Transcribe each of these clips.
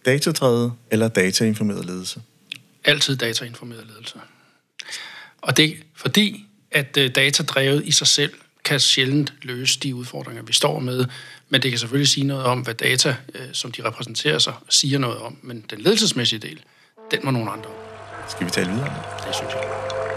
datadrevet eller datainformeret ledelse? Altid datainformeret ledelse. Og det er fordi, at datadrevet i sig selv kan sjældent løse de udfordringer, vi står med. Men det kan selvfølgelig sige noget om, hvad data, som de repræsenterer sig, siger noget om. Men den ledelsesmæssige del, den må nogen andre. Skal vi tale videre? Det synes jeg.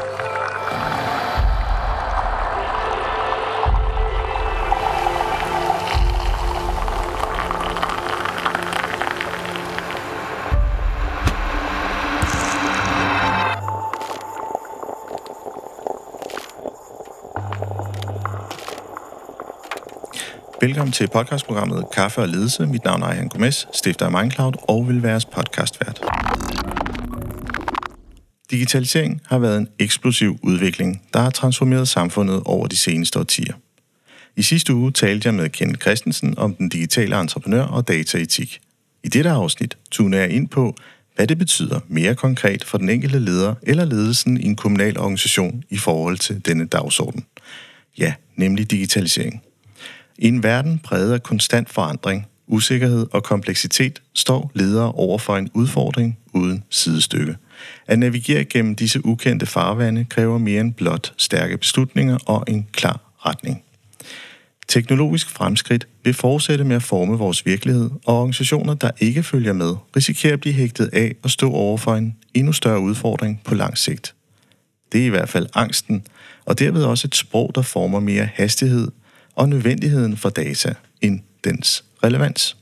Velkommen til podcastprogrammet Kaffe og Ledelse. Mit navn er Ejhan Gomes, stifter af Mindcloud og vil være jeres podcastvært. Digitalisering har været en eksplosiv udvikling, der har transformeret samfundet over de seneste årtier. I sidste uge talte jeg med Kenneth Christensen om den digitale entreprenør og dataetik. I dette afsnit tuner jeg ind på, hvad det betyder mere konkret for den enkelte leder eller ledelsen i en kommunal organisation i forhold til denne dagsorden. Ja, nemlig digitalisering. I en verden præget af konstant forandring, usikkerhed og kompleksitet står ledere over for en udfordring uden sidestykke. At navigere gennem disse ukendte farvande kræver mere end blot stærke beslutninger og en klar retning. Teknologisk fremskridt vil fortsætte med at forme vores virkelighed, og organisationer, der ikke følger med, risikerer at blive hægtet af og stå over for en endnu større udfordring på lang sigt. Det er i hvert fald angsten, og derved også et sprog, der former mere hastighed og nødvendigheden for data end dens relevans.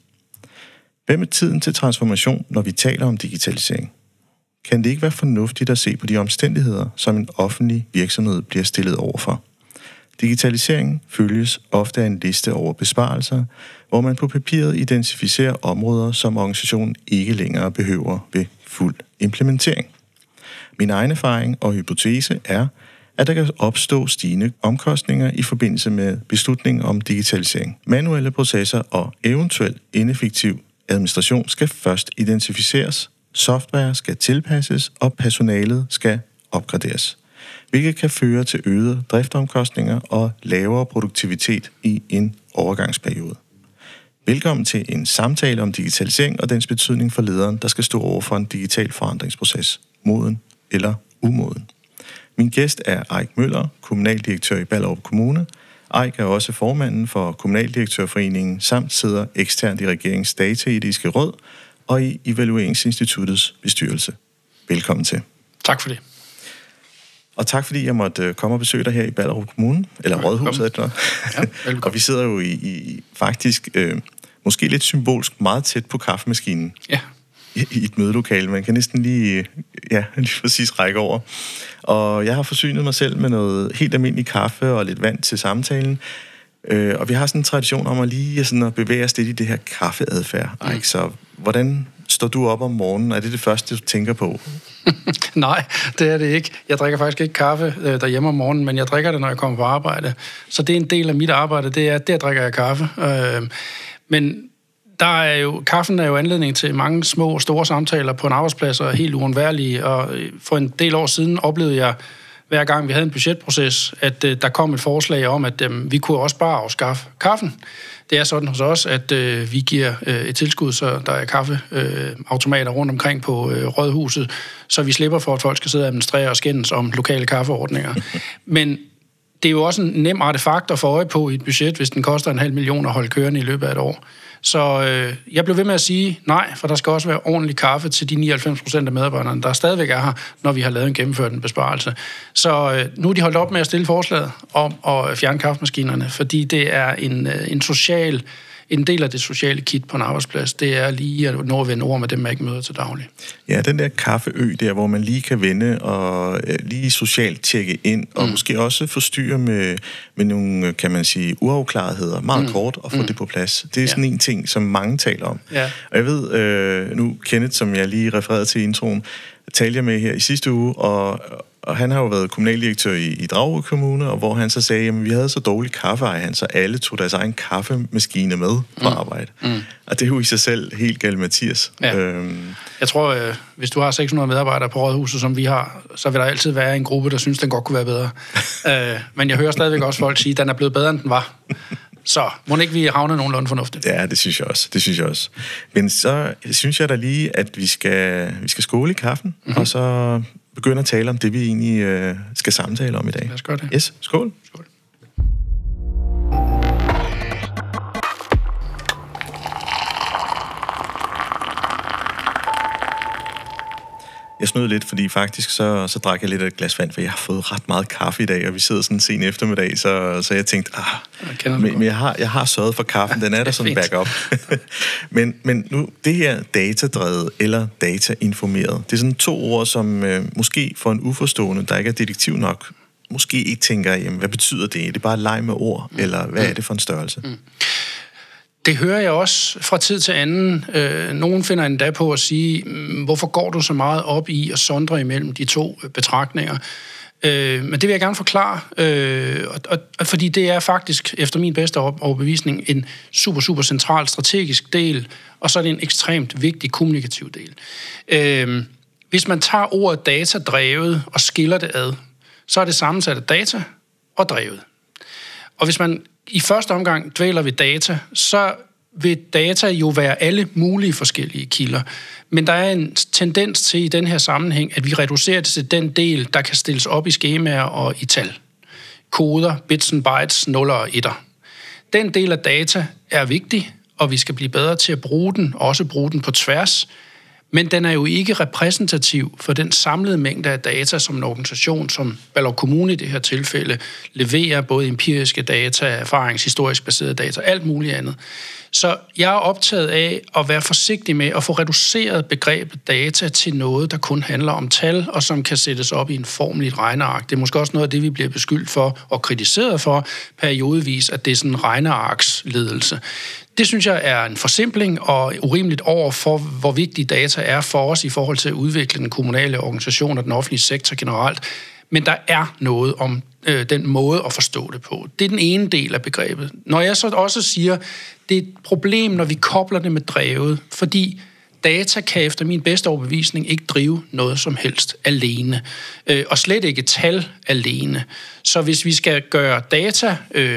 Hvad med tiden til transformation, når vi taler om digitalisering? Kan det ikke være fornuftigt at se på de omstændigheder, som en offentlig virksomhed bliver stillet overfor? Digitaliseringen følges ofte af en liste over besparelser, hvor man på papiret identificerer områder, som organisationen ikke længere behøver ved fuld implementering. Min egen erfaring og hypotese er, at der kan opstå stigende omkostninger i forbindelse med beslutningen om digitalisering. Manuelle processer og eventuelt ineffektiv administration skal først identificeres, software skal tilpasses og personalet skal opgraderes, hvilket kan føre til øgede driftomkostninger og lavere produktivitet i en overgangsperiode. Velkommen til en samtale om digitalisering og dens betydning for lederen, der skal stå over for en digital forandringsproces, moden eller umoden. Min gæst er Eik Møller, kommunaldirektør i Ballerup Kommune. Eik er også formanden for Kommunaldirektørforeningen, samt sidder eksternt i regeringens dataetiske råd og i Evalueringsinstituttets bestyrelse. Velkommen til. Tak for det. Og tak fordi jeg måtte komme og besøge dig her i Ballerup Kommune, eller Rådhuset. Ja, velkommen. Og vi sidder jo i faktisk måske lidt symbolsk meget tæt på kaffemaskinen. Ja. I et mødelokale. Man kan næsten lige præcis række over. Og jeg har forsynet mig selv med noget helt almindelig kaffe og lidt vand til samtalen. Og vi har sådan en tradition om at lige sådan at bevæge os lidt i det her kaffeadfærd. Så hvordan står du op om morgenen? Er det det første, du tænker på? Nej, det er det ikke. Jeg drikker faktisk ikke kaffe derhjemme om morgenen, men jeg drikker det, når jeg kommer på arbejde. Så det er en del af mit arbejde, det er, at der drikker jeg kaffe. Men kaffen er jo anledning til mange små og store samtaler på en arbejdsplads, og helt uundværlige. Og for en del år siden oplevede jeg, hver gang vi havde en budgetproces, at der kom et forslag om, at vi kunne også bare afskaffe kaffen. Det er sådan hos os, at vi giver et tilskud, så der er kaffeautomater rundt omkring på Rådhuset, så vi slipper for, at folk skal sidde og administrere og skændes om lokale kaffeordninger. Men det er jo også en nem artefakt at få øje på i et budget, hvis den koster 500.000 at holde kørende i løbet af et år. Så jeg blev ved med at sige nej, for der skal også være ordentlig kaffe til de 99% af medarbejderne, der stadigvæk er her, når vi har lavet en gennemført en besparelse. Så nu er de holdt op med at stille forslaget om at fjerne kaffemaskinerne, fordi det er en del af det sociale kit på en arbejdsplads. Det er lige at nå at vende ord med dem, man ikke møder til daglig. Ja, den der kaffeø der, hvor man lige kan vende og lige socialt tjekke ind, og måske også forstyrre med nogle, kan man sige, uafklaretheder, meget kort, og få det på plads. Det er sådan en ting, som mange taler om. Ja. Og jeg ved, nu Kenneth, som jeg lige refererede til i introen, talte jeg med her i sidste uge, og han har jo været kommunaldirektør i Dragør Kommune, og hvor han så sagde, at vi havde så dårlig kaffe, så alle tog deres egen kaffemaskine med på arbejde. Og det er jo i sig selv helt galt, Mathias. Ja. Jeg tror, hvis du har 600 medarbejdere på Rådhuset, som vi har, så vil der altid være en gruppe, der synes, den godt kunne være bedre. Men jeg hører stadigvæk også folk sige, at den er blevet bedre, end den var. Så må ikke vi havne nogenlunde fornuftigt? Ja, det synes jeg også. Men så synes jeg da lige, at vi skal skåle i kaffen, og så begynde at tale om det, vi egentlig skal samtale om i dag. Lad os gøre det. Yes, skål. Skål. Jeg snød lidt, fordi faktisk så drak jeg lidt af et glas vand, for jeg har fået ret meget kaffe i dag, og vi sidder sådan sen eftermiddag, så jeg tænkte, men jeg har sørget for kaffen, den er der sådan backup. men nu, det her datadrevet eller datainformeret, det er sådan 2 ord, som måske for en uforstående, der ikke er detektiv nok, måske ikke tænker, jamen, hvad betyder det? Er det bare leg med ord, eller hvad er det for en størrelse? Det hører jeg også fra tid til anden. Nogen finder endda på at sige, hvorfor går du så meget op i at sondre imellem de 2 betragtninger? Men det vil jeg gerne forklare, fordi det er faktisk, efter min bedste overbevisning, en super, super central strategisk del, og så er det en ekstremt vigtig kommunikativ del. Hvis man tager ordet datadrevet og skiller det ad, så er det sammensat af data og drevet. Og hvis man i første omgang dvæler ved data, så vil data jo være alle mulige forskellige kilder. Men der er en tendens til i den her sammenhæng, at vi reducerer det til den del, der kan stilles op i skemaer og i tal. Koder, bits and bytes, 0 og 1'er. Den del af data er vigtig, og vi skal blive bedre til at bruge den, og også bruge den på tværs. Men den er jo ikke repræsentativ for den samlede mængde af data, som en organisation som Ballerup Kommune i det her tilfælde leverer, både empiriske data, erfaringshistorisk baserede data, alt muligt andet. Så jeg er optaget af at være forsigtig med at få reduceret begrebet data til noget, der kun handler om tal, og som kan sættes op i en formel i et regneark. Det er måske også noget af det, vi bliver beskyldt for og kritiseret for periodevis, at det er sådan en regnearksledelse. Det synes jeg er en forsimpling og urimeligt over for, hvor vigtige data er for os i forhold til at udvikle den kommunale organisation og den offentlige sektor generelt. Men der er noget om den måde at forstå det på. Det er den ene del af begrebet. Når jeg så også siger, det er et problem, når vi kobler det med drevet, fordi data kan efter min bedste overbevisning ikke drive noget som helst alene, og slet ikke tal alene. Så hvis vi skal gøre data,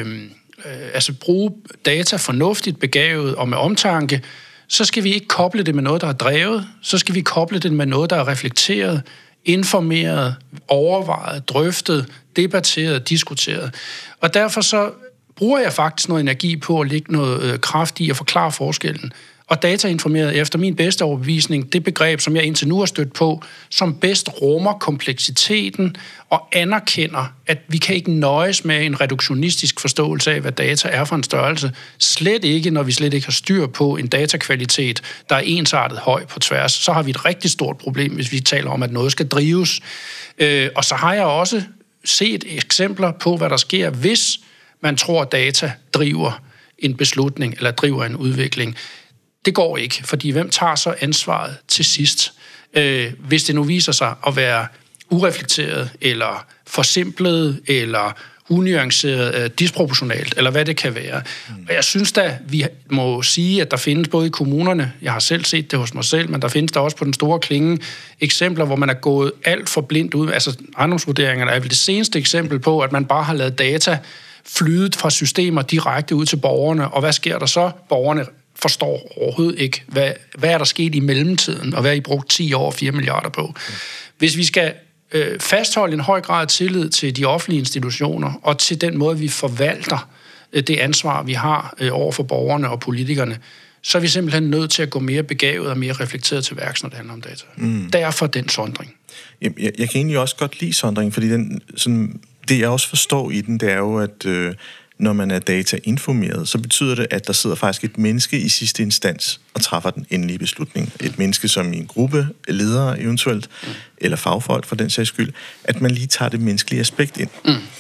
bruge data fornuftigt, begavet og med omtanke, så skal vi ikke koble det med noget, der er drevet, så skal vi koble det med noget, der er reflekteret, informeret, overvejet, drøftet, debatteret, diskuteret. Og derfor så bruger jeg faktisk noget energi på at lægge noget kraft i at forklare forskellen. Og datainformeret efter min bedste overbevisning, det begreb, som jeg indtil nu har stødt på, som bedst rummer kompleksiteten og anerkender, at vi kan ikke nøjes med en reduktionistisk forståelse af, hvad data er for en størrelse. Slet ikke, når vi slet ikke har styr på en datakvalitet, der er ensartet høj på tværs. Så har vi et rigtig stort problem, hvis vi taler om, at noget skal drives. Og så har jeg også set eksempler på, hvad der sker, hvis man tror, at data driver en beslutning eller driver en udvikling. Det går ikke, fordi hvem tager så ansvaret til sidst? Hvis det nu viser sig at være ureflekteret, eller forsimplet, eller unuanceret, disproportionalt, eller hvad det kan være. Og jeg synes da, vi må sige, at der findes både i kommunerne, jeg har selv set det hos mig selv, men der findes der også på den store klinge eksempler, hvor man er gået alt for blindt ud. Altså ejendomsvurderingerne er vel det seneste eksempel på, at man bare har lavet data flydet fra systemer direkte ud til borgerne, og hvad sker der så? Borgerne forstår overhovedet ikke, hvad er der sket i mellemtiden, og hvad har I brugt 10 år og 4 milliarder på. Hvis vi skal fastholde en høj grad af tillid til de offentlige institutioner, og til den måde, vi forvalter det ansvar, vi har over for borgerne og politikerne, så er vi simpelthen nødt til at gå mere begavet og mere reflekteret til værks, når det handler om data. Derfor den sondring. Jeg kan egentlig også godt lide sondring, fordi det jeg også forstår i den, det er jo, at når man er datainformeret, så betyder det, at der sidder faktisk et menneske i sidste instans og træffer den endelige beslutning. Et menneske, som i en gruppe, ledere eventuelt, eller fagfolk for den sags skyld, at man lige tager det menneskelige aspekt ind.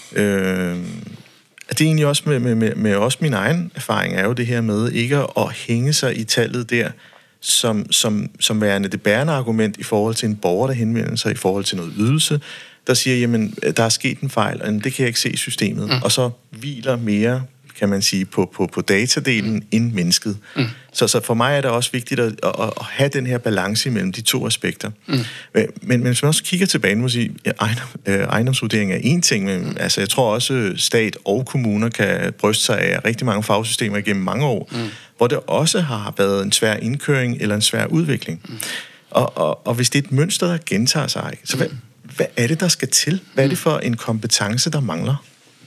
Det er egentlig også med også min egen erfaring, er jo det her med ikke at hænge sig i tallet der, som værende det bærende argument i forhold til en borger, der henvender sig i forhold til noget ydelse, der siger, jamen, der er sket en fejl, og det kan jeg ikke se i systemet. Og så hviler mere kan man sige, på datadelen end mennesket. Så for mig er det også vigtigt at have den her balance mellem de to aspekter. Men hvis man også kigger tilbage, må sige, ejendomsvurdering er en ting, men altså, jeg tror også, stat og kommuner kan bryste sig af rigtig mange fagsystemer igennem mange år, hvor det også har været en svær indkøring eller en svær udvikling. Og hvis det er et mønster, der gentager sig, så hvad er det, der skal til? Hvad er det for en kompetence, der mangler?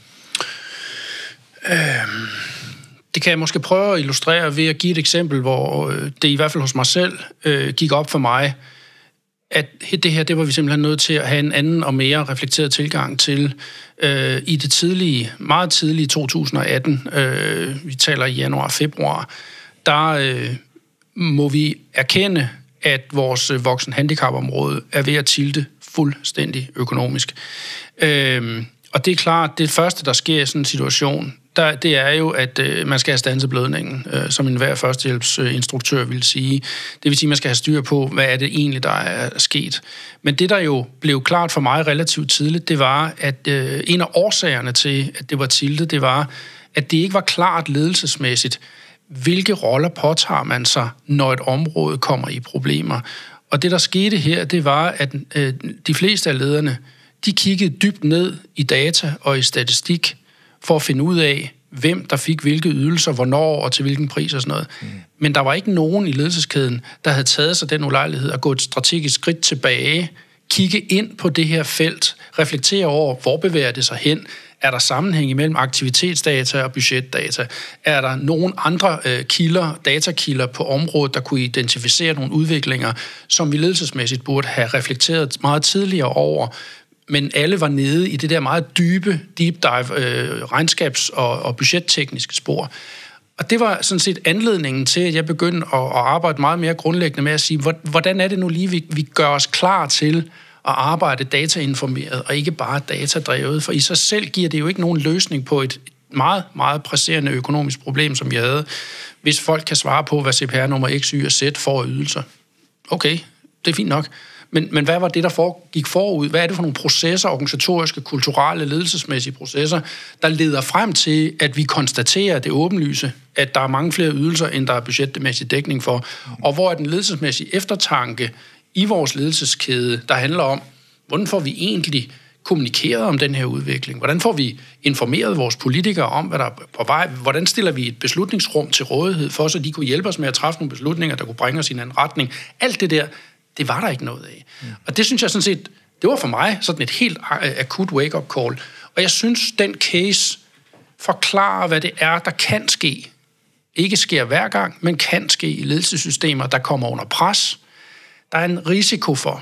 Det kan jeg måske prøve at illustrere ved at give et eksempel, hvor det i hvert fald hos mig selv gik op for mig, at det her, det var vi simpelthen nødt til at have en anden og mere reflekteret tilgang til i det meget tidlige 2018, vi taler i januar-februar, der må vi erkende, at vores voksenhandicapområde er ved at tilte fuldstændig økonomisk. Og det er klart, det første, der sker i sådan en situation, det er jo, at man skal have standset blødningen, som enhver førstehjælpsinstruktør vil sige. Det vil sige, at man skal have styr på, hvad er det egentlig, der er sket. Men det, der jo blev klart for mig relativt tidligt, det var, at en af årsagerne til, at det var tiltet, det var, at det ikke var klart ledelsesmæssigt, hvilke roller påtager man sig, når et område kommer i problemer. Og det, der skete her, det var, at de fleste af lederne, de kiggede dybt ned i data og i statistik, for at finde ud af, hvem der fik hvilke ydelser, hvornår og til hvilken pris og sådan noget. Men der var ikke nogen i ledelseskæden, der havde taget sig den ulejlighed at gå et strategisk skridt tilbage, kigge ind på det her felt, reflektere over, hvor bevæger det sig hen, er der sammenhæng imellem aktivitetsdata og budgetdata? Er der nogle andre datakilder på området, der kunne identificere nogle udviklinger, som vi ledelsesmæssigt burde have reflekteret meget tidligere over, men alle var nede i det der meget dybe, deep dive, regnskabs- og budgettekniske spor. Og det var sådan set anledningen til, at jeg begyndte at arbejde meget mere grundlæggende med at sige, hvordan er det nu lige, vi gør os klar til at arbejde datainformeret og ikke bare datadrevet, for i sig selv giver det jo ikke nogen løsning på et meget, meget presserende økonomisk problem, som jeg havde, hvis folk kan svare på, hvad CPR nummer X, Y og Z får af ydelser. Okay, det er fint nok. Men hvad var det, der gik forud? Hvad er det for nogle processer, organisatoriske, kulturelle, ledelsesmæssige processer, der leder frem til, at vi konstaterer det åbenlyse, at der er mange flere ydelser, end der er budgetmæssig dækning for, og hvor er den ledelsesmæssige eftertanke i vores ledelseskæde, der handler om, hvordan får vi egentlig kommunikeret om den her udvikling? Hvordan får vi informeret vores politikere om, hvad der er på vej? Hvordan stiller vi et beslutningsrum til rådighed for, så de kunne hjælpe os med at træffe nogle beslutninger, der kunne bringe os i en anden retning? Alt det der, det var der ikke noget af. Og det synes jeg sådan set, det var for mig sådan et helt akut wake-up call. Og jeg synes, den case forklarer, hvad det er, der kan ske. Ikke sker hver gang, men kan ske i ledelsessystemer, der kommer under pres. Der er en risiko for,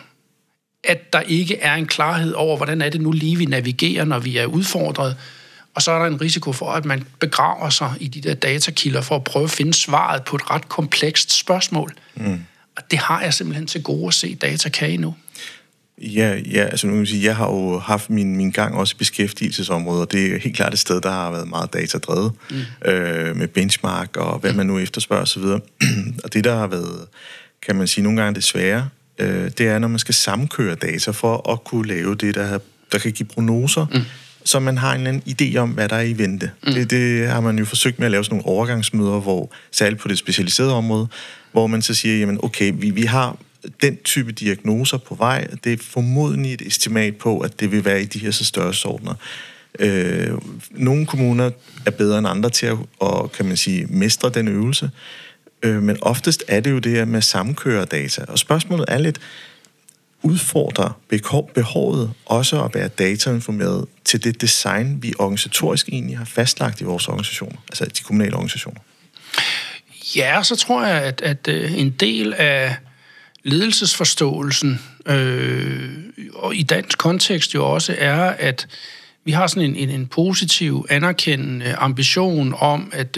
at der ikke er en klarhed over, hvordan er det nu lige, vi navigerer, når vi er udfordret. Og så er der en risiko for, at man begraver sig i de der datakilder for at prøve at finde svaret på et ret komplekst spørgsmål. Og det har jeg simpelthen til gode at se data kan endnu. Ja, altså nu kan sige, jeg har jo haft min gang også i beskæftigelsesområdet, og det er helt klart et sted, der har været meget datadrevet, med benchmark og hvad man nu efterspørger osv. Og det, der har været, kan man sige, nogle gange det svære, det er, når man skal sammenkøre data for at kunne lave det, der kan give prognoser, så man har en eller anden idé om, hvad der er i vente. Det har man jo forsøgt med at lave sådan nogle overgangsmøder, hvor særligt på det specialiserede område, hvor man så siger, jamen okay, vi har den type diagnoser på vej, det er formodentlig et estimat på, at det vil være i de her så størrelsesordner. Nogle kommuner er bedre end andre til at kan man sige, mestre den øvelse, men oftest er det jo det her med at sammenkøre data. Og spørgsmålet er lidt, udfordrer behovet også at være datainformeret til det design, vi organisatorisk egentlig har fastlagt i vores organisationer, altså de kommunale organisationer? Ja, så tror jeg, at en del af ledelsesforståelsen, og i dansk kontekst jo også, er, at vi har sådan en positiv, anerkendende ambition om at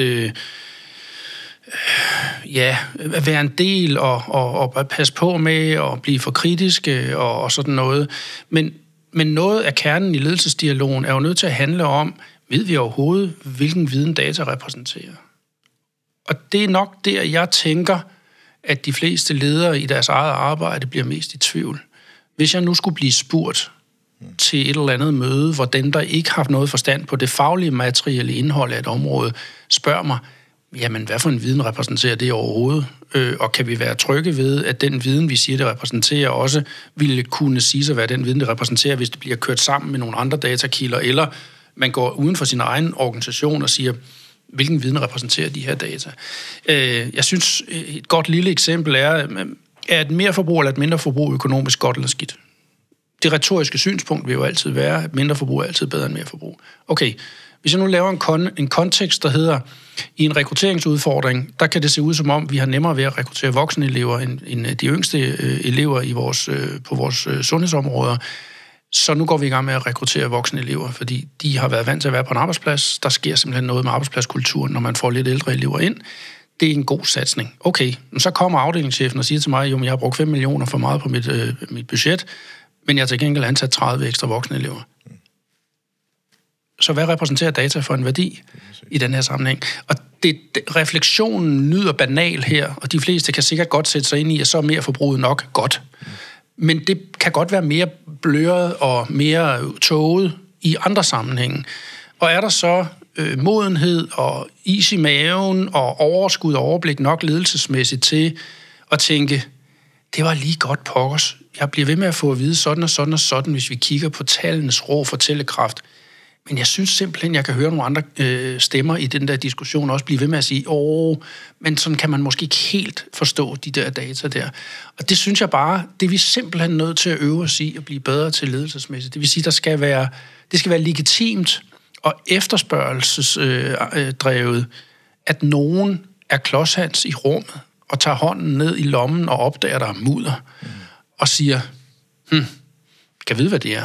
være en del og passe på med og blive for kritiske og sådan noget. Men noget af kernen i ledelsesdialogen er jo nødt til at handle om, ved vi overhovedet, hvilken viden data repræsenterer? Og det er nok der, jeg tænker, at de fleste ledere i deres eget arbejde bliver mest i tvivl. Hvis jeg nu skulle blive spurgt, til et eller andet møde, hvor den, der ikke har noget forstand på det faglige materielle indhold af et område, spørger mig, jamen, hvad for en viden repræsenterer det overhovedet? Og kan vi være trygge ved, at den viden, vi siger, det repræsenterer, også ville kunne sige sig, hvad den viden, det repræsenterer, hvis det bliver kørt sammen med nogle andre datakilder, eller man går uden for sin egen organisation og siger, hvilken viden repræsenterer de her data. Jeg synes, et godt lille eksempel er et mere forbrug eller et mindre forbrug økonomisk godt eller skidt? Det retoriske synspunkt vil jo altid være, at mindre forbrug er altid bedre end mere forbrug. Okay, hvis jeg nu laver en kontekst, der hedder, i en rekrutteringsudfordring, der kan det se ud som om, vi har nemmere ved at rekruttere voksne elever end de yngste elever på vores sundhedsområder. Så nu går vi i gang med at rekruttere voksne elever, fordi de har været vant til at være på en arbejdsplads. Der sker simpelthen noget med arbejdspladskulturen, når man får lidt ældre elever ind. Det er en god satsning. Okay, så kommer afdelingschefen og siger til mig, jo, men jeg har brugt 5 millioner for meget på mit budget, men jeg har til gengæld ansat 30 ekstra voksne elever. Så hvad repræsenterer data for en værdi i den her sammenhæng? Og refleksionen nyder banal her, og de fleste kan sikkert godt sætte sig ind i, at så er mere forbruget nok godt. Men det kan godt være mere bløret og mere tåget i andre sammenhænge. Og er der så modenhed og is i maven og overskud og overblik nok ledelsesmæssigt til at tænke, det var lige godt pokkers. Jeg bliver ved med at få at vide sådan og sådan og sådan, hvis vi kigger på tallenes rå fortællekraft. Men jeg synes simpelthen, jeg kan høre nogle andre stemmer i den der diskussion også blive ved med at sige, men sådan kan man måske ikke helt forstå de der data der. Og det synes jeg bare, det er vi simpelthen nødt til at øve os i at blive bedre til ledelsesmæssigt. Det vil sige, det skal være legitimt og efterspørgelsesdrevet, at nogen er klodshands i rummet og tager hånden ned i lommen og opdager, der er mudder, og siger, kan vide, hvad det er.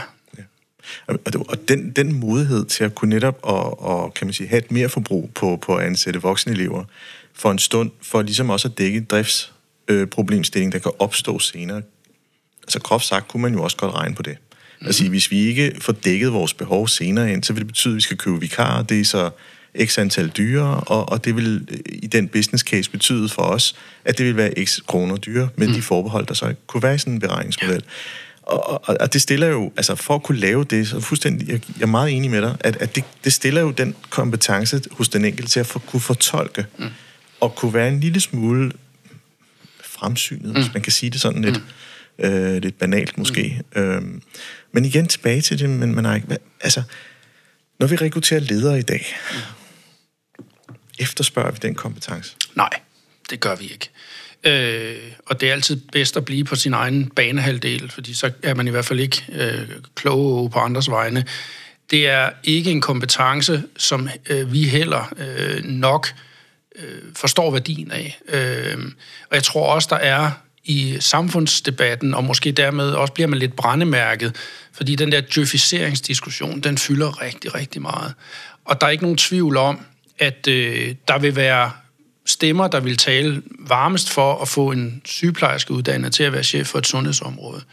Og den modighed til at kunne netop og kan man sige, have et mere forbrug på at ansætte voksne elever for en stund, for ligesom også at dække driftsproblemstilling, der kan opstå senere. Altså groft sagt kunne man jo også godt regne på det. Altså hvis vi ikke får dækket vores behov senere ind, så vil det betyde, at vi skal købe vikarer, det er så x antal dyrere, og det vil i den business case betyde for os, at det vil være x kroner dyrere med de forbehold, der så kunne være i sådan en beregningsmodel. Og det stiller jo, altså for at kunne lave det, så fuldstændig, jeg er meget enig med dig, at det stiller jo den kompetence hos den enkelte til at kunne fortolke, og kunne være en lille smule fremsynet, hvis man kan sige det sådan lidt banalt måske. Men igen tilbage til det, men man har ikke, altså, når vi rekrutterer ledere i dag, efterspørger vi den kompetence? Nej, det gør vi ikke. Og det er altid bedst at blive på sin egen banehalvdel, fordi så er man i hvert fald ikke klog på andres vegne. Det er ikke en kompetence, som vi heller nok forstår værdien af. Og jeg tror også, der er i samfundsdebatten, og måske dermed også bliver man lidt brændemærket, fordi den der djøfiseringsdiskussion, den fylder rigtig, rigtig meget. Og der er ikke nogen tvivl om, at der vil være stemmer, der vil tale varmest for at få en sygeplejerske uddannet til at være chef for et sundhedsområde.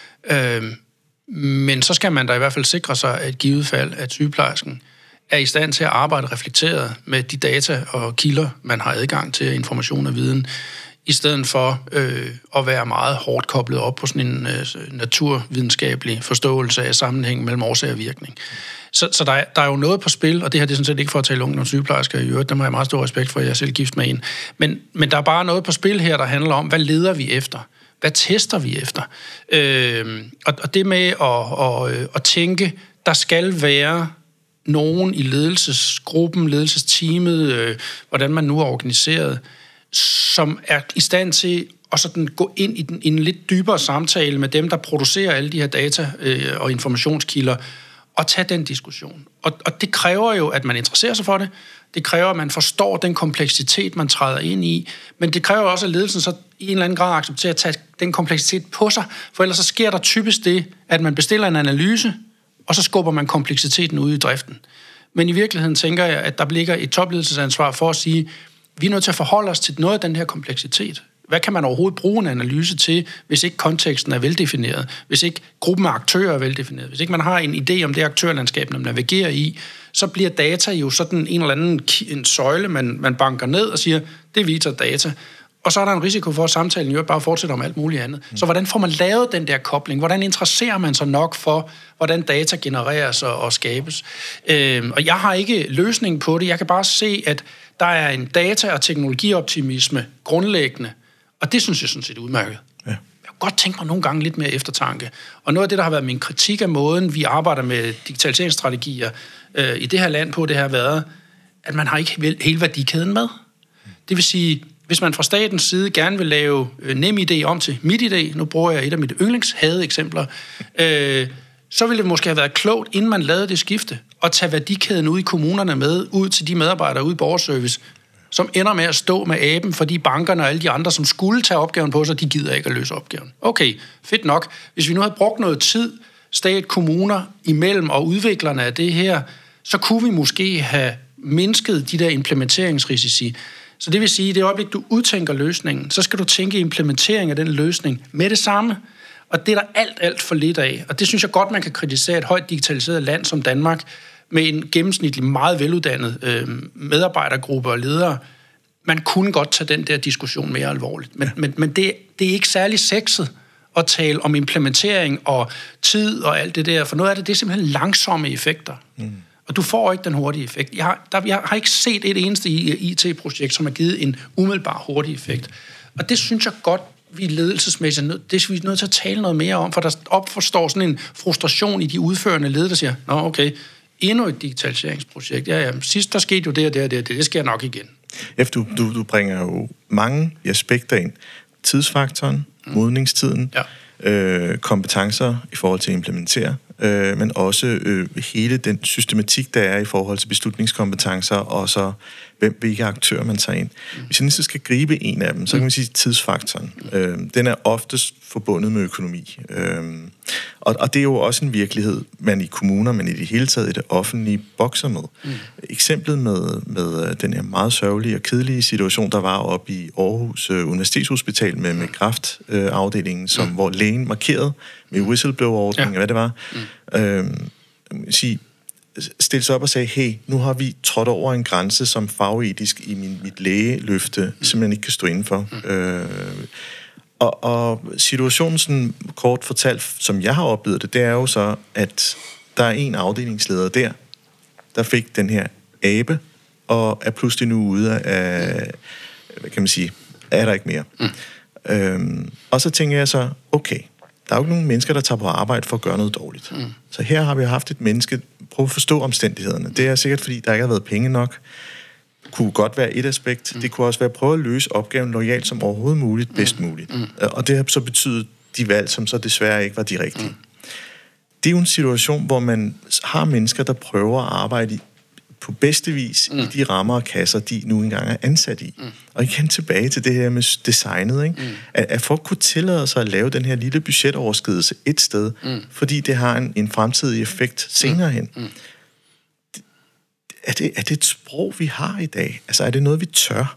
Men så skal man da i hvert fald sikre sig, at givet fald, at sygeplejersken er i stand til at arbejde reflekteret med de data og kilder, man har adgang til, information og viden, i stedet for at være meget hårdt koblet op på sådan en naturvidenskabelig forståelse af sammenhæng mellem årsag og virkning. Så der er jo noget på spil, og det her det er sådan set ikke for at tale unge sygeplejersker i øvrigt, der må jeg meget stor respekt for, at jeg er selv gift med en. Men der er bare noget på spil her, der handler om, hvad leder vi efter? Hvad tester vi efter? Og det med at tænke, der skal være nogen i ledelsesgruppen, ledelsesteamet, hvordan man nu er organiseret, som er i stand til at sådan gå ind i en lidt dybere samtale med dem, der producerer alle de her data og informationskilder, og tage den diskussion. Og det kræver jo, at man interesserer sig for det. Det kræver, at man forstår den kompleksitet, man træder ind i. Men det kræver også, at ledelsen så i en eller anden grad accepterer at tage den kompleksitet på sig. For ellers så sker der typisk det, at man bestiller en analyse, og så skubber man kompleksiteten ud i driften. Men i virkeligheden tænker jeg, at der ligger et topledelsesansvar for at sige, vi er nødt til at forholde os til noget af den her kompleksitet. Hvad kan man overhovedet bruge en analyse til, hvis ikke konteksten er veldefineret, hvis ikke gruppen af aktører er veldefineret, hvis ikke man har en idé om det aktørlandskab, man navigerer i, så bliver data jo sådan en eller anden en søjle, man banker ned og siger, det viser data. og så er der en risiko for, at samtalen jo bare fortsætter om alt muligt andet. Så hvordan får man lavet den der kobling? Hvordan interesserer man sig nok for, hvordan data genereres og skabes? Og jeg har ikke løsning på det. Jeg kan bare se, at der er en data- og teknologioptimisme grundlæggende, og det synes jeg sådan set er udmærket. Ja. Jeg kunne godt tænke mig nogle gange lidt mere eftertanke. Og noget af det, der har været min kritik af måden, vi arbejder med digitaliseringsstrategier i det her land på, det har været, at man har ikke hele værdikæden med. Det vil sige, hvis man fra statens side gerne vil lave NemID om til MitID, nu bruger jeg et af mine yndlingshade-eksempler, så ville det måske have været klogt, inden man lavede det skifte, at tage værdikæden ud i kommunerne med, ud til de medarbejdere ude i borgerservice, som ender med at stå med aben, fordi bankerne og alle de andre, som skulle tage opgaven på sig, de gider ikke at løse opgaven. Okay, fedt nok. Hvis vi nu havde brugt noget tid, stat, kommuner, imellem og udviklerne af det her, så kunne vi måske have mindsket de der implementeringsrisici. Så det vil sige, at i det øjeblik, du udtænker løsningen, så skal du tænke implementering af den løsning med det samme. Og det er der alt for lidt af. Og det synes jeg godt, man kan kritisere et højt digitaliseret land som Danmark, med en gennemsnitlig meget veluddannet medarbejdergruppe og ledere. Man kunne godt tage den der diskussion mere alvorligt. Men det er ikke særlig sexet at tale om implementering og tid og alt det der, for noget af det er simpelthen langsomme effekter. Og du får ikke den hurtige effekt. Jeg har ikke set et eneste IT-projekt, som har givet en umiddelbar hurtig effekt. Og det synes jeg godt, vi ledelsesmæssigt det er vi nødt til at tale noget mere om, for der opforstår sådan en frustration i de udførende ledere, der siger, nå okay, endnu et digitaliseringsprojekt. Ja, sidst der skete jo det og det og det, det sker nok igen. Efter du bringer jo mange aspekter ind. Tidsfaktoren, modningstiden, kompetencer i forhold til at implementere, men også hele den systematik, der er i forhold til beslutningskompetencer, og så hvilke aktører man tager ind. Hvis jeg så skal gribe en af dem, så kan man sige tidsfaktoren. Den er oftest forbundet med økonomi. Og det er jo også en virkelighed, man i kommuner, men i det hele taget i det offentlige bokser med. Eksemplet med den her meget sørgelige og kedelige situation, der var oppe i Aarhus Universitetshospital med kræftafdelingen, hvor lægen markerede med whistleblower-ordning, hvad det var. Stille sig op og sagde, hey, nu har vi trådt over en grænse, som fagetisk i mit lægeløfte simpelthen ikke kan stå indenfor. Og situationen, sådan kort fortalt, som jeg har oplevet det er jo så, at der er en afdelingsleder der fik den her abe, og er pludselig nu ude af, hvad kan man sige, er der ikke mere. Og så tænker jeg så, okay, der er jo ikke nogen mennesker, der tager på arbejde for at gøre noget dårligt. Så her har vi haft et menneske, prøv at forstå omstændighederne. Det er sikkert, fordi der ikke har været penge nok. Kunne godt være et aspekt. Det kunne også være at prøve at løse opgaven loyalt som overhovedet muligt, bedst muligt. Og det har så betydet de valg, som så desværre ikke var de rigtige. Det er jo en situation, hvor man har mennesker, der prøver at arbejde på bedste vis i de rammer og kasser, de nu engang er ansat i. Og igen tilbage til det her med designet, ikke? At folk kunne tillade sig at lave den her lille budgetoverskridelse et sted, fordi det har en fremtidig effekt senere hen. Er det et sprog, vi har i dag? Altså, er det noget, vi tør?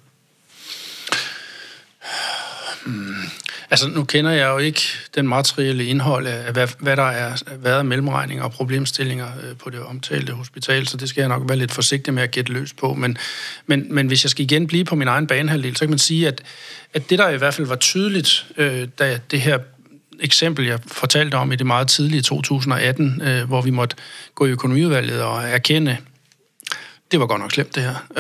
Altså, nu kender jeg jo ikke den materielle indhold af, hvad der er været mellemregninger og problemstillinger på det omtalte hospital, så det skal jeg nok være lidt forsigtig med at gætte løs på. Men hvis jeg skal igen blive på min egen banehalvdel, så kan man sige, at det, der i hvert fald var tydeligt, da det her eksempel, jeg fortalte om i det meget tidlige 2018, hvor vi måtte gå i økonomiudvalget og erkende, det var godt nok slemt, det her.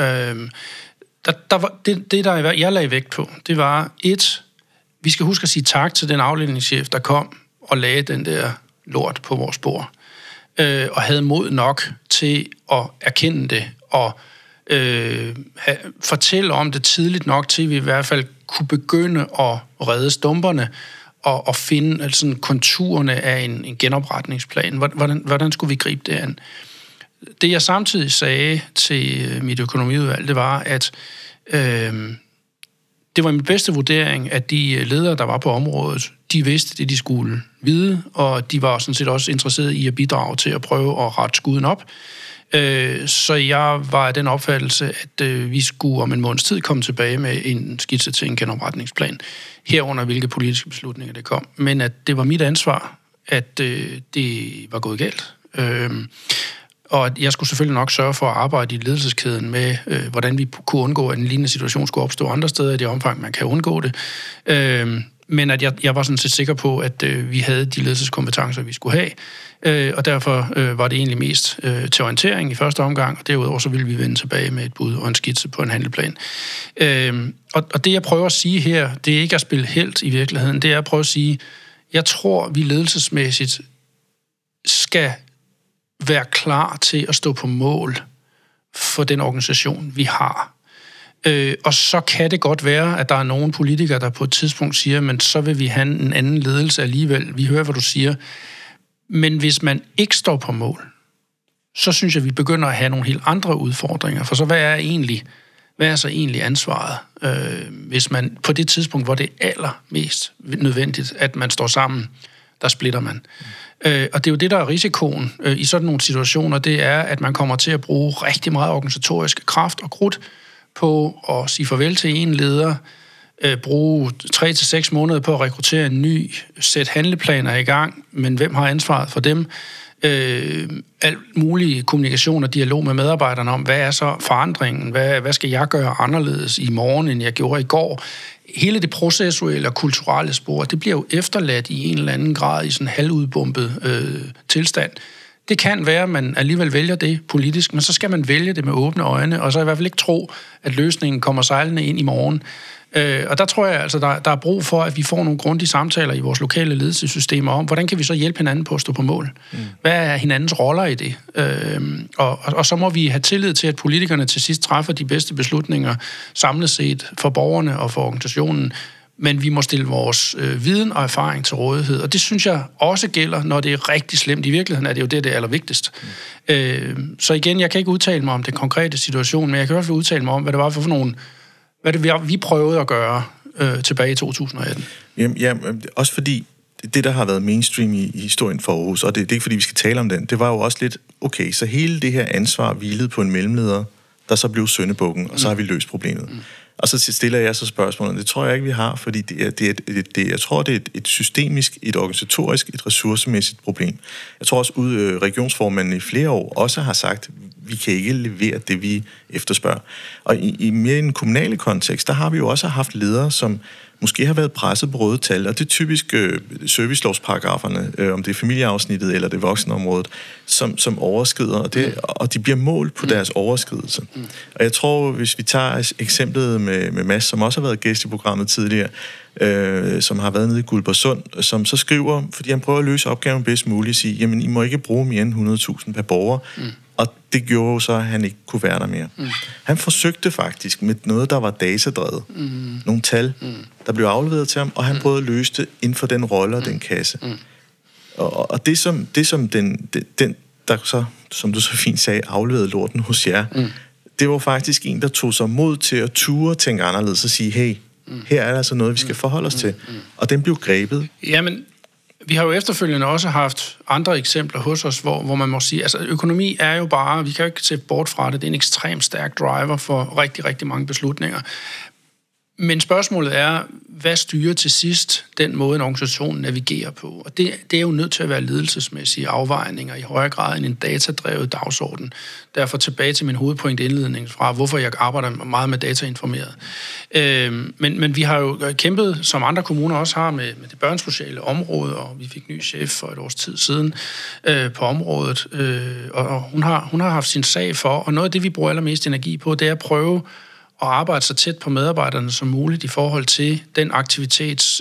Jeg lagde vægt på, det var vi skal huske at sige tak til den afdelingschef, der kom og lagde den der lort på vores bord, og havde mod nok til at erkende det, og fortælle om det tidligt nok til, at vi i hvert fald kunne begynde at redde stumperne, og finde altså, konturerne af en genopretningsplan. Hvordan skulle vi gribe det an? Det jeg samtidig sagde til mit økonomiudvalg, det var, at det var min bedste vurdering, at de ledere, der var på området, de vidste det, de skulle vide, og de var sådan set også interesserede i at bidrage til at prøve at rette skuden op. Så jeg var af den opfattelse, at vi skulle om en måneds tid komme tilbage med en skitse til en genopretningsplan, herunder hvilke politiske beslutninger det kom. Men at det var mit ansvar, at det var gået galt. Og jeg skulle selvfølgelig nok sørge for at arbejde i ledelseskæden med, hvordan vi kunne undgå, at en lignende situation skulle opstå andre steder i det omfang, man kan undgå det. Men at jeg var sådan set sikker på, at vi havde de ledelseskompetencer, vi skulle have. Og derfor var det egentlig mest til orientering i første omgang, og derudover så ville vi vende tilbage med et bud og en skitse på en handelplan. Og det, jeg prøver at sige her, det er ikke at spille helt i virkeligheden, det er at prøve at sige, jeg tror, vi ledelsesmæssigt skal være klar til at stå på mål for den organisation, vi har. Og så kan det godt være, at der er nogle politikere, der på et tidspunkt siger, men så vil vi have en anden ledelse alligevel. Vi hører, hvad du siger. Men hvis man ikke står på mål, så synes jeg, vi begynder at have nogle helt andre udfordringer. For så hvad er så egentlig ansvaret, hvis man på det tidspunkt, hvor det er allermest nødvendigt, at man står sammen, der splitter man. Og det er jo det, der er risikoen i sådan nogle situationer, det er, at man kommer til at bruge rigtig meget organisatorisk kraft og krudt på at sige farvel til en leder, bruge 3 til 6 måneder på at rekruttere en ny, sætte handleplaner i gang, men hvem har ansvaret for dem? Alt mulig kommunikation og dialog med medarbejderne om, hvad er så forandringen? Hvad skal jeg gøre anderledes i morgen, end jeg gjorde i går? Hele det processuelle og kulturelle spor, det bliver jo efterladt i en eller anden grad i sådan en halvudbumpet tilstand. Det kan være, at man alligevel vælger det politisk, men så skal man vælge det med åbne øjne, og så i hvert fald ikke tro, at løsningen kommer sejlende ind i morgen. Og der tror jeg altså, der er brug for, at vi får nogle grundige samtaler i vores lokale ledelsessystemer om, hvordan kan vi så hjælpe hinanden på at stå på mål? Hvad er hinandens roller i det? Og så må vi have tillid til, at politikerne til sidst træffer de bedste beslutninger samlet set for borgerne og for organisationen, men vi må stille vores viden og erfaring til rådighed, og det synes jeg også gælder, når det er rigtig slemt. I virkeligheden er det jo det er allervigtigst. Så igen, jeg kan ikke udtale mig om den konkrete situation, men jeg kan i hvert fald udtale mig om, hvad det var for nogle, hvad det vi prøvede at gøre tilbage i 2018. Jamen, også fordi det, der har været mainstream i historien for Aarhus, og det er ikke fordi, vi skal tale om den, det var jo også lidt, okay, så hele det her ansvar hvilede på en mellemleder, der så blev syndebukken, og så har vi løst problemet. Og så stiller jeg så spørgsmålet, det tror jeg ikke, vi har, fordi jeg tror, det er et systemisk, et organisatorisk, et ressourcemæssigt problem. Jeg tror også, regionsformanden i flere år også har sagt, vi kan ikke levere det, vi efterspørger. Og i mere en kommunale kontekst, der har vi jo også haft ledere, som måske har været presset på røde tal, og det er typisk servicelovsparagraferne, om det er familieafsnittet eller det voksenområdet, som overskrider, og de bliver målt på deres overskridelse. Og jeg tror, hvis vi tager eksemplet med Mads, som også har været gæst i programmet tidligere, som har været nede i Guldborgsund, som så skriver, fordi han prøver at løse opgaven bedst muligt, sige, jamen, I må ikke bruge mere end 100.000 per borger, og det gjorde jo så, at han ikke kunne være der mere. Han forsøgte faktisk med noget, der var datadrevet. Nogle tal, der blev afleveret til ham, og han prøvede at løse det inden for den rolle og den kasse. Og det som den, der så, som du så fint sagde, afleverede lorten hos jer, det var faktisk en, der tog sig mod til at ture tænke anderledes og sige, hey, her er der altså noget, vi skal forholde os til. Og den blev grebet. Jamen, vi har jo efterfølgende også haft andre eksempler hos os, hvor man må sige, altså økonomi er jo bare, vi kan jo ikke se bort fra det, det er en ekstremt stærk driver for rigtig, rigtig mange beslutninger. Men spørgsmålet er, hvad styrer til sidst den måde, en organisation navigerer på? Og det er jo nødt til at være ledelsesmæssige afvejninger i højere grad end en datadrevet dagsorden. Derfor tilbage til min hovedpoint indledning fra, hvorfor jeg arbejder meget med datainformeret. Men vi har jo kæmpet, som andre kommuner også har, med det børnesociale område, og vi fik ny chef for et års tid siden på området. Og hun har haft sin sag for, og noget af det, vi bruger allermest energi på, det er at prøve at arbejde så tæt på medarbejderne som muligt i forhold til den aktivitets-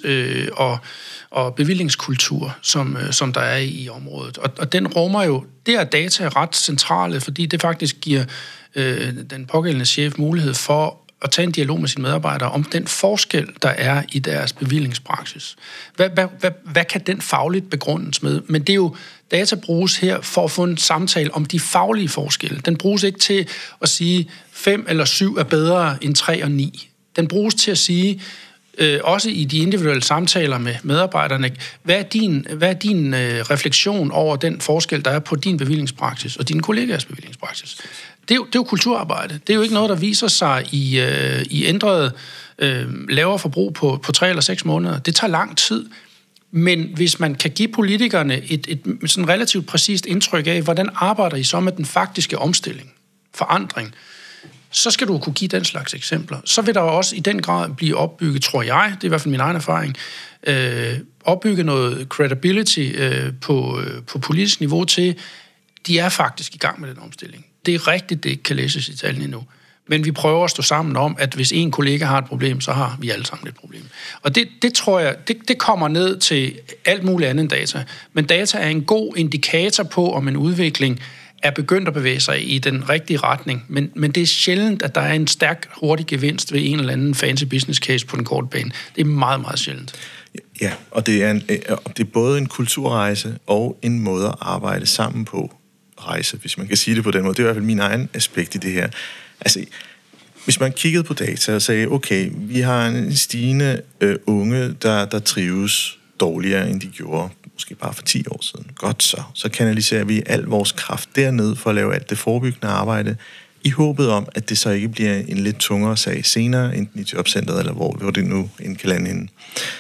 og bevillingskultur, som der er i området. Og den rummer jo, det er data ret centrale, fordi det faktisk giver den pågældende chef mulighed for at tage en dialog med sine medarbejdere om den forskel, der er i deres bevillingspraksis. Hvad kan den fagligt begrundes med? Men det er jo, data bruges her for at få en samtale om de faglige forskelle. Den bruges ikke til at sige, 5 eller 7 er bedre end 3 og 9. Den bruges til at sige, også i de individuelle samtaler med medarbejderne, hvad er din refleksion over den forskel, der er på din bevillingspraksis og dine kollegaers bevillingspraksis? Det er jo kulturarbejde. Det er jo ikke noget, der viser sig i ændret lavere forbrug på 3 eller 6 måneder. Det tager lang tid. Men hvis man kan give politikerne et sådan relativt præcist indtryk af, hvordan arbejder I så med den faktiske omstilling, forandring, så skal du kunne give den slags eksempler. Så vil der også i den grad blive opbygget, tror jeg, det er i hvert fald min egen erfaring, opbygge noget credibility på politisk niveau til, de er faktisk i gang med den omstilling. Det er rigtigt, det ikke kan læses i tallene endnu. Men vi prøver at stå sammen om, at hvis en kollega har et problem, så har vi alle sammen et problem. Og det tror jeg, det kommer ned til alt muligt andet end data. Men data er en god indikator på, om en udvikling er begyndt at bevæge sig i den rigtige retning. Men det er sjældent, at der er en stærk, hurtig gevinst ved en eller anden fancy business case på den korte bane. Det er meget, meget sjældent. Ja, og det er både en kulturrejse og en måde at arbejde sammen på rejse, hvis man kan sige det på den måde. Det er i hvert fald min egen aspekt i det her. Altså, hvis man kiggede på data og sagde, okay, vi har en stigende unge, der trives dårligere, end de gjorde måske bare for 10 år siden. Godt så kanaliserer vi al vores kraft derned for at lave alt det forebyggende arbejde, i håbet om, at det så ikke bliver en lidt tungere sag senere, enten i jobcentret, eller hvor det nu end kan lande henne.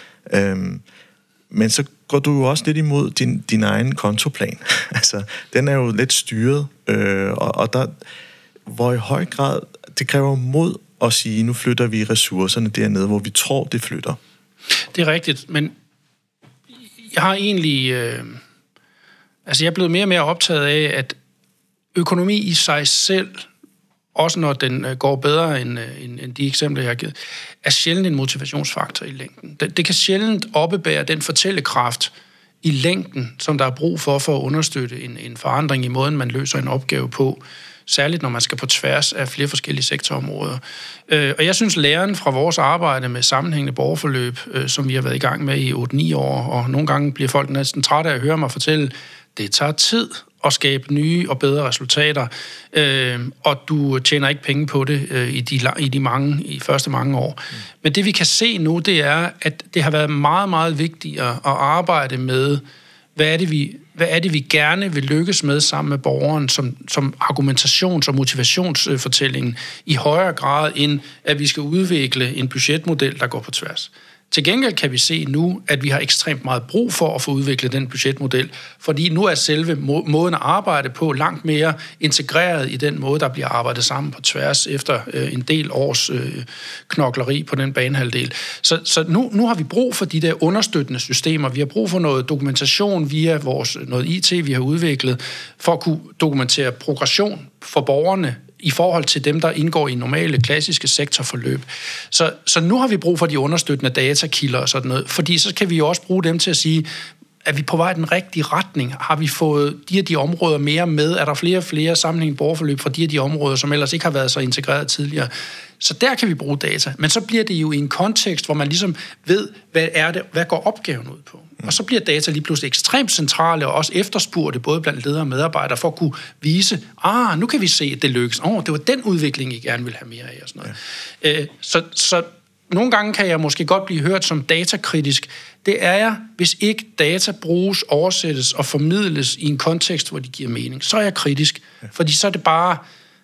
Men så går du jo også lidt imod din egen kontoplan. Altså, den er jo lidt styret, og der, hvor i høj grad det kræver mod at sige, nu flytter vi ressourcerne dernede, hvor vi tror, det flytter. Det er rigtigt, men jeg har egentlig... jeg er blevet mere og mere optaget af, at økonomi i sig selv, også når den går bedre end de eksempler, jeg har givet, er sjældent en motivationsfaktor i længden. Det kan sjældent oppebære den fortællekraft i længden, som der er brug for at understøtte en forandring i måden, man løser en opgave på. Særligt når man skal på tværs af flere forskellige sektorområder. Og jeg synes, læren fra vores arbejde med sammenhængende borgerforløb, som vi har været i gang med i 8-9 år, og nogle gange bliver folk næsten trætte af at høre mig fortælle, det tager tid at skabe nye og bedre resultater, og du tjener ikke penge på det i de første mange år. Men det vi kan se nu, det er, at det har været meget, meget vigtigere at arbejde med, hvad er det, vi gerne vil lykkes med sammen med borgeren som argumentations- og motivationsfortælling i højere grad, end at vi skal udvikle en budgetmodel, der går på tværs. Til gengæld kan vi se nu, at vi har ekstremt meget brug for at få udviklet den budgetmodel, fordi nu er selve måden at arbejde på langt mere integreret i den måde, der bliver arbejdet sammen på tværs efter en del års knokleri på den banehalvdel. Så nu har vi brug for de der understøttende systemer. Vi har brug for noget dokumentation via noget IT, vi har udviklet, for at kunne dokumentere progression for borgerne i forhold til dem, der indgår i normale, klassiske sektorforløb. Så nu har vi brug for de understøttende datakilder og sådan noget, fordi så kan vi jo også bruge dem til at sige, er vi på vej i den rigtige retning? Har vi fået de områder mere med? Er der flere og flere sammenhængende borgerforløb fra de områder, som ellers ikke har været så integreret tidligere? Så der kan vi bruge data. Men så bliver det jo i en kontekst, hvor man ligesom ved, hvad går opgaven ud på? Og så bliver data lige pludselig ekstremt centrale og også efterspurgte, både blandt ledere og medarbejdere, for at kunne vise, nu kan vi se, at det lykkes. Det var den udvikling, I gerne vil have mere af og sådan noget. Så nogle gange kan jeg måske godt blive hørt som datakritisk. Det er jeg, hvis ikke data bruges, oversættes og formidles i en kontekst, hvor de giver mening. Så er jeg kritisk, fordi så er det bare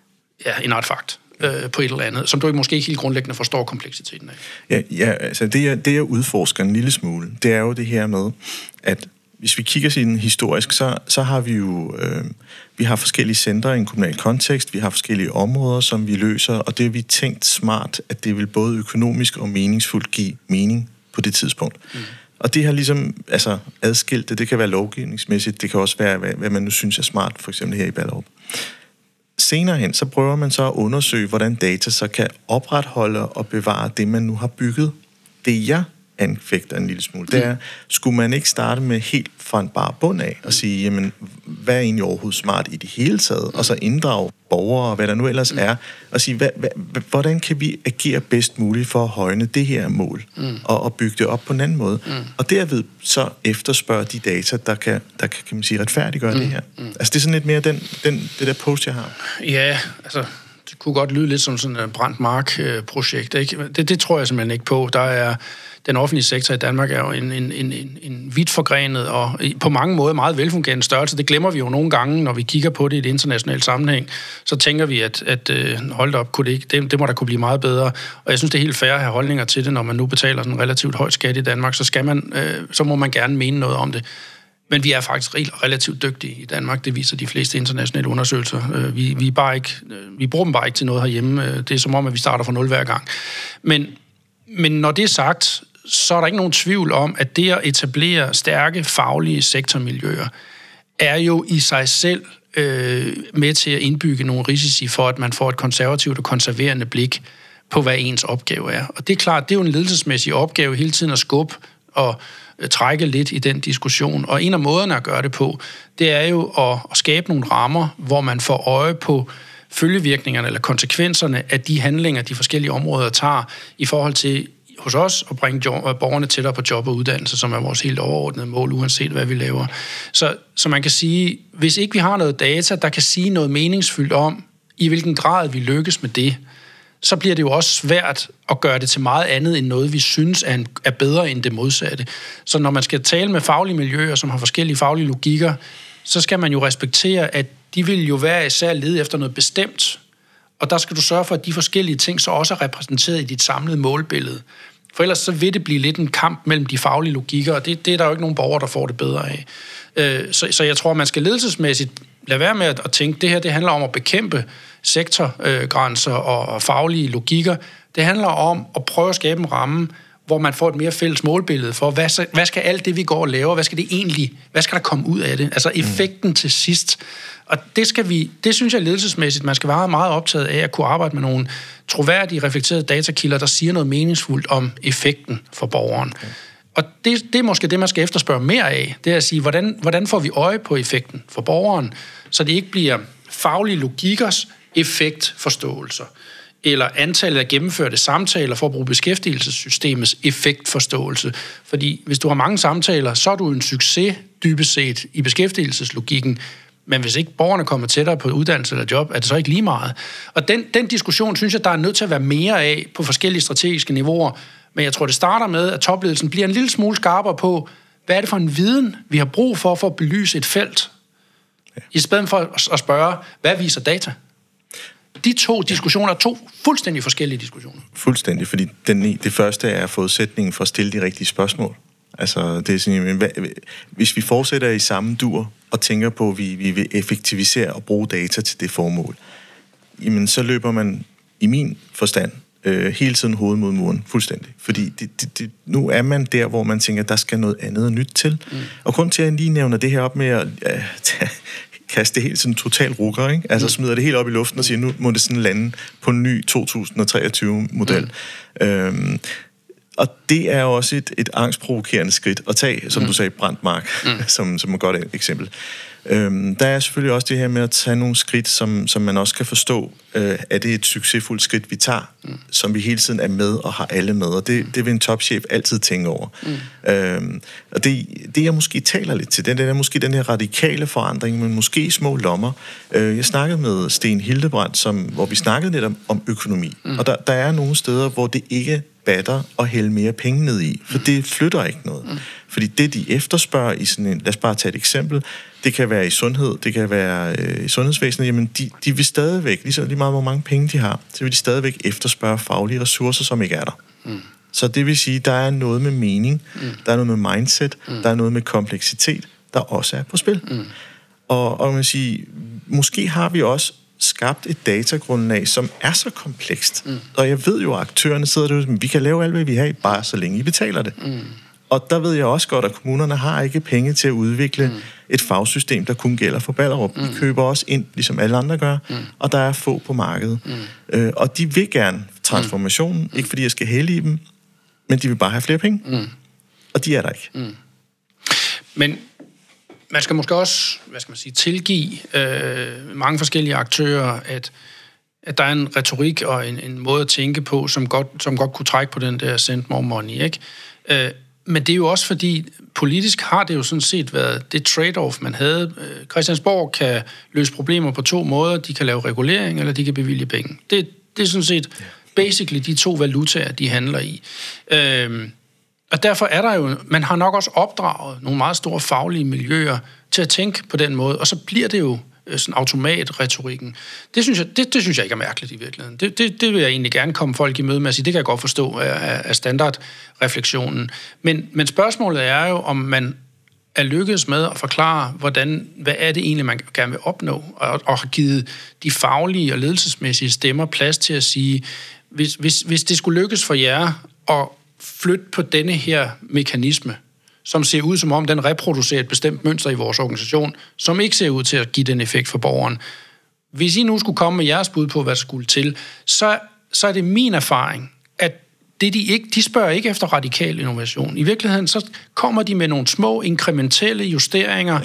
en artefakt på et eller andet, som du måske ikke helt grundlæggende forstår kompleksiteten af. Ja, altså det jeg udforsker en lille smule, det er jo det her med, at hvis vi kigger sådan historisk, så har vi jo vi har forskellige centre i en kommunal kontekst, vi har forskellige områder, som vi løser, og det har vi tænkt smart, at det vil både økonomisk og meningsfuldt give mening på det tidspunkt. Og det har ligesom adskilt det kan være lovgivningsmæssigt, det kan også være, hvad man nu synes er smart, for eksempel her i Ballerup. Senere hen, så prøver man så at undersøge, hvordan data så kan opretholde og bevare det, man nu har bygget. Det jeg anfægter en lille smule, det er, skulle man ikke starte med helt fra en bar bund af og sige, jamen, hvad er egentlig overhovedet smart i det hele taget, og så inddrage borgere og hvad der nu ellers er, og sige, hvordan kan vi agere bedst muligt for at højne det her mål, og bygge det op på en anden måde. Og derved så efterspørge de data, der kan man sige, retfærdiggøre det her. Altså, det er sådan lidt mere det der post, jeg har. Ja, altså, det kunne godt lyde lidt som sådan et brændt mark-projekt. Det tror jeg simpelthen ikke på. Den offentlige sektor i Danmark er jo en vidt forgrenet og på mange måder meget velfungerende størrelse. Det glemmer vi jo nogle gange, når vi kigger på det i et internationalt sammenhæng. Så tænker vi, at hold op, det må da kunne blive meget bedre. Og jeg synes, det er helt fair at have holdninger til det, når man nu betaler sådan en relativt høj skat i Danmark. Så må man gerne mene noget om det. Men vi er faktisk relativt dygtige i Danmark. Det viser de fleste internationale undersøgelser. Vi bruger dem bare ikke til noget herhjemme. Det er som om, at vi starter fra 0 hver gang. Men når det er sagt, så er der ikke nogen tvivl om, at det at etablere stærke faglige sektormiljøer er jo i sig selv med til at indbygge nogle risici for, at man får et konservativt og konserverende blik på, hvad ens opgave er. Og det er klart, det er jo en ledelsesmæssig opgave hele tiden at skubbe og trække lidt i den diskussion. Og en af måderne at gøre det på, det er jo at skabe nogle rammer, hvor man får øje på følgevirkningerne eller konsekvenserne af de handlinger, de forskellige områder tager i forhold til hos os at bringe borgerne tættere på job og uddannelse, som er vores helt overordnede mål, uanset hvad vi laver. Så man kan sige, hvis ikke vi har noget data, der kan sige noget meningsfyldt om, i hvilken grad vi lykkes med det, så bliver det jo også svært at gøre det til meget andet end noget, vi synes er bedre end det modsatte. Så når man skal tale med faglige miljøer, som har forskellige faglige logikker, så skal man jo respektere, at de vil jo være især lede efter noget bestemt. Og der skal du sørge for, at de forskellige ting så også er repræsenteret i dit samlede målbillede. For ellers så vil det blive lidt en kamp mellem de faglige logikker, og det er der jo ikke nogen borgere, der får det bedre af. Så jeg tror, man skal ledelsesmæssigt lade være med at tænke, det her det handler om at bekæmpe sektorgrænser og faglige logikker. Det handler om at prøve at skabe en ramme, hvor man får et mere fælles målbillede for, hvad skal alt det, vi går og laver, hvad skal der komme ud af det? Altså effekten til sidst. Og det synes jeg ledelsesmæssigt, man skal være meget optaget af at kunne arbejde med nogle troværdige, reflekterede datakilder, der siger noget meningsfuldt om effekten for borgeren. Okay. Og det er måske det, man skal efterspørge mere af. Det er at sige, hvordan får vi øje på effekten for borgeren, så det ikke bliver faglige logikkers effektforståelser, eller antallet af gennemførte samtaler for at bruge beskæftigelsessystemets effektforståelse. Fordi hvis du har mange samtaler, så er du en succes dybest set i beskæftigelseslogikken. Men hvis ikke borgerne kommer tættere på uddannelse eller job, er det så ikke lige meget. Og den diskussion, synes jeg, der er nødt til at være mere af på forskellige strategiske niveauer. Men jeg tror, det starter med, at topledelsen bliver en lille smule skarpere på, hvad er det for en viden, vi har brug for at belyse et felt. I stedet for at spørge, hvad viser data? De to diskussioner er to fuldstændig forskellige diskussioner. Fuldstændig, fordi det første er forudsætningen for at stille de rigtige spørgsmål. Altså, det er sådan, hvis vi fortsætter i samme dur og tænker på, at vi vil effektivisere og bruge data til det formål, jamen så løber man i min forstand hele tiden hovedet mod muren, fuldstændig. Fordi nu er man der, hvor man tænker, at der skal noget andet og nyt til. Og grund til, at jeg lige nævner det her op med at kaste det helt sådan total rukker, ikke? Altså smider det helt op i luften og siger, nu må det sådan lande på en ny 2023-model. Og det er også et angstprovokerende skridt at tage, som du sagde, brændt mark, som et godt eksempel. Der er selvfølgelig også det her med at tage nogle skridt, som man også kan forstå, er det et succesfuldt skridt, vi tager, som vi hele tiden er med og har alle med, og det vil en topchef altid tænke over. Og det jeg måske taler lidt til, det er måske den her radikale forandring, men måske i små lommer. Jeg snakkede med Sten Hildebrandt, hvor vi snakkede lidt om økonomi, og der er nogle steder, hvor det ikke batter og hælde mere penge ned i, for det flytter ikke noget. Fordi det, de efterspørger i sådan en, lad os bare tage et eksempel, det kan være i sundhed, det kan være i sundhedsvæsenet, jamen de vil stadigvæk, lige meget hvor mange penge de har, så vil de stadigvæk efterspørge faglige ressourcer, som ikke er der. Så det vil sige, der er noget med mening, der er noget med mindset, der er noget med kompleksitet, der også er på spil. Og man siger, måske har vi også skabt et datagrundlag, som er så komplekst. Og jeg ved jo, at aktørerne sidder der, vi kan lave alt, hvad vi har, bare så længe I betaler det. Og der ved jeg også godt, at kommunerne har ikke penge til at udvikle et fagsystem, der kun gælder for Ballerup. De køber også ind, ligesom alle andre gør, og der er få på markedet. Og de vil gerne transformationen, ikke fordi jeg skal hælde i dem, men de vil bare have flere penge. Og de er der ikke. Men man skal måske også, tilgive mange forskellige aktører, at der er en retorik og en måde at tænke på, som godt kunne trække på den der send more money, ikke? Men det er jo også fordi, politisk har det jo sådan set været det trade-off, man havde. Christiansborg kan løse problemer på 2 måder. De kan lave regulering, eller de kan bevilge penge. Det er sådan set basically de 2 valutaer, de handler i. Og derfor er der jo, man har nok også opdraget nogle meget store faglige miljøer til at tænke på den måde, og så bliver det jo sådan automatretorikken. Det synes jeg ikke er mærkeligt i virkeligheden. Det vil jeg egentlig gerne komme folk i møde med at sige, det kan jeg godt forstå af standardrefleksionen. Men spørgsmålet er jo, om man er lykkedes med at forklare, hvad er det egentlig, man gerne vil opnå, og har givet de faglige og ledelsesmæssige stemmer plads til at sige, hvis det skulle lykkes for jer at flytte på denne her mekanisme, som ser ud som om, den reproducerer et bestemt mønster i vores organisation, som ikke ser ud til at give den effekt for borgeren. Hvis I nu skulle komme med jeres bud på, hvad der skulle til, så er det min erfaring, at de spørger ikke efter radikal innovation. I virkeligheden, så kommer de med nogle små inkrementelle justeringer,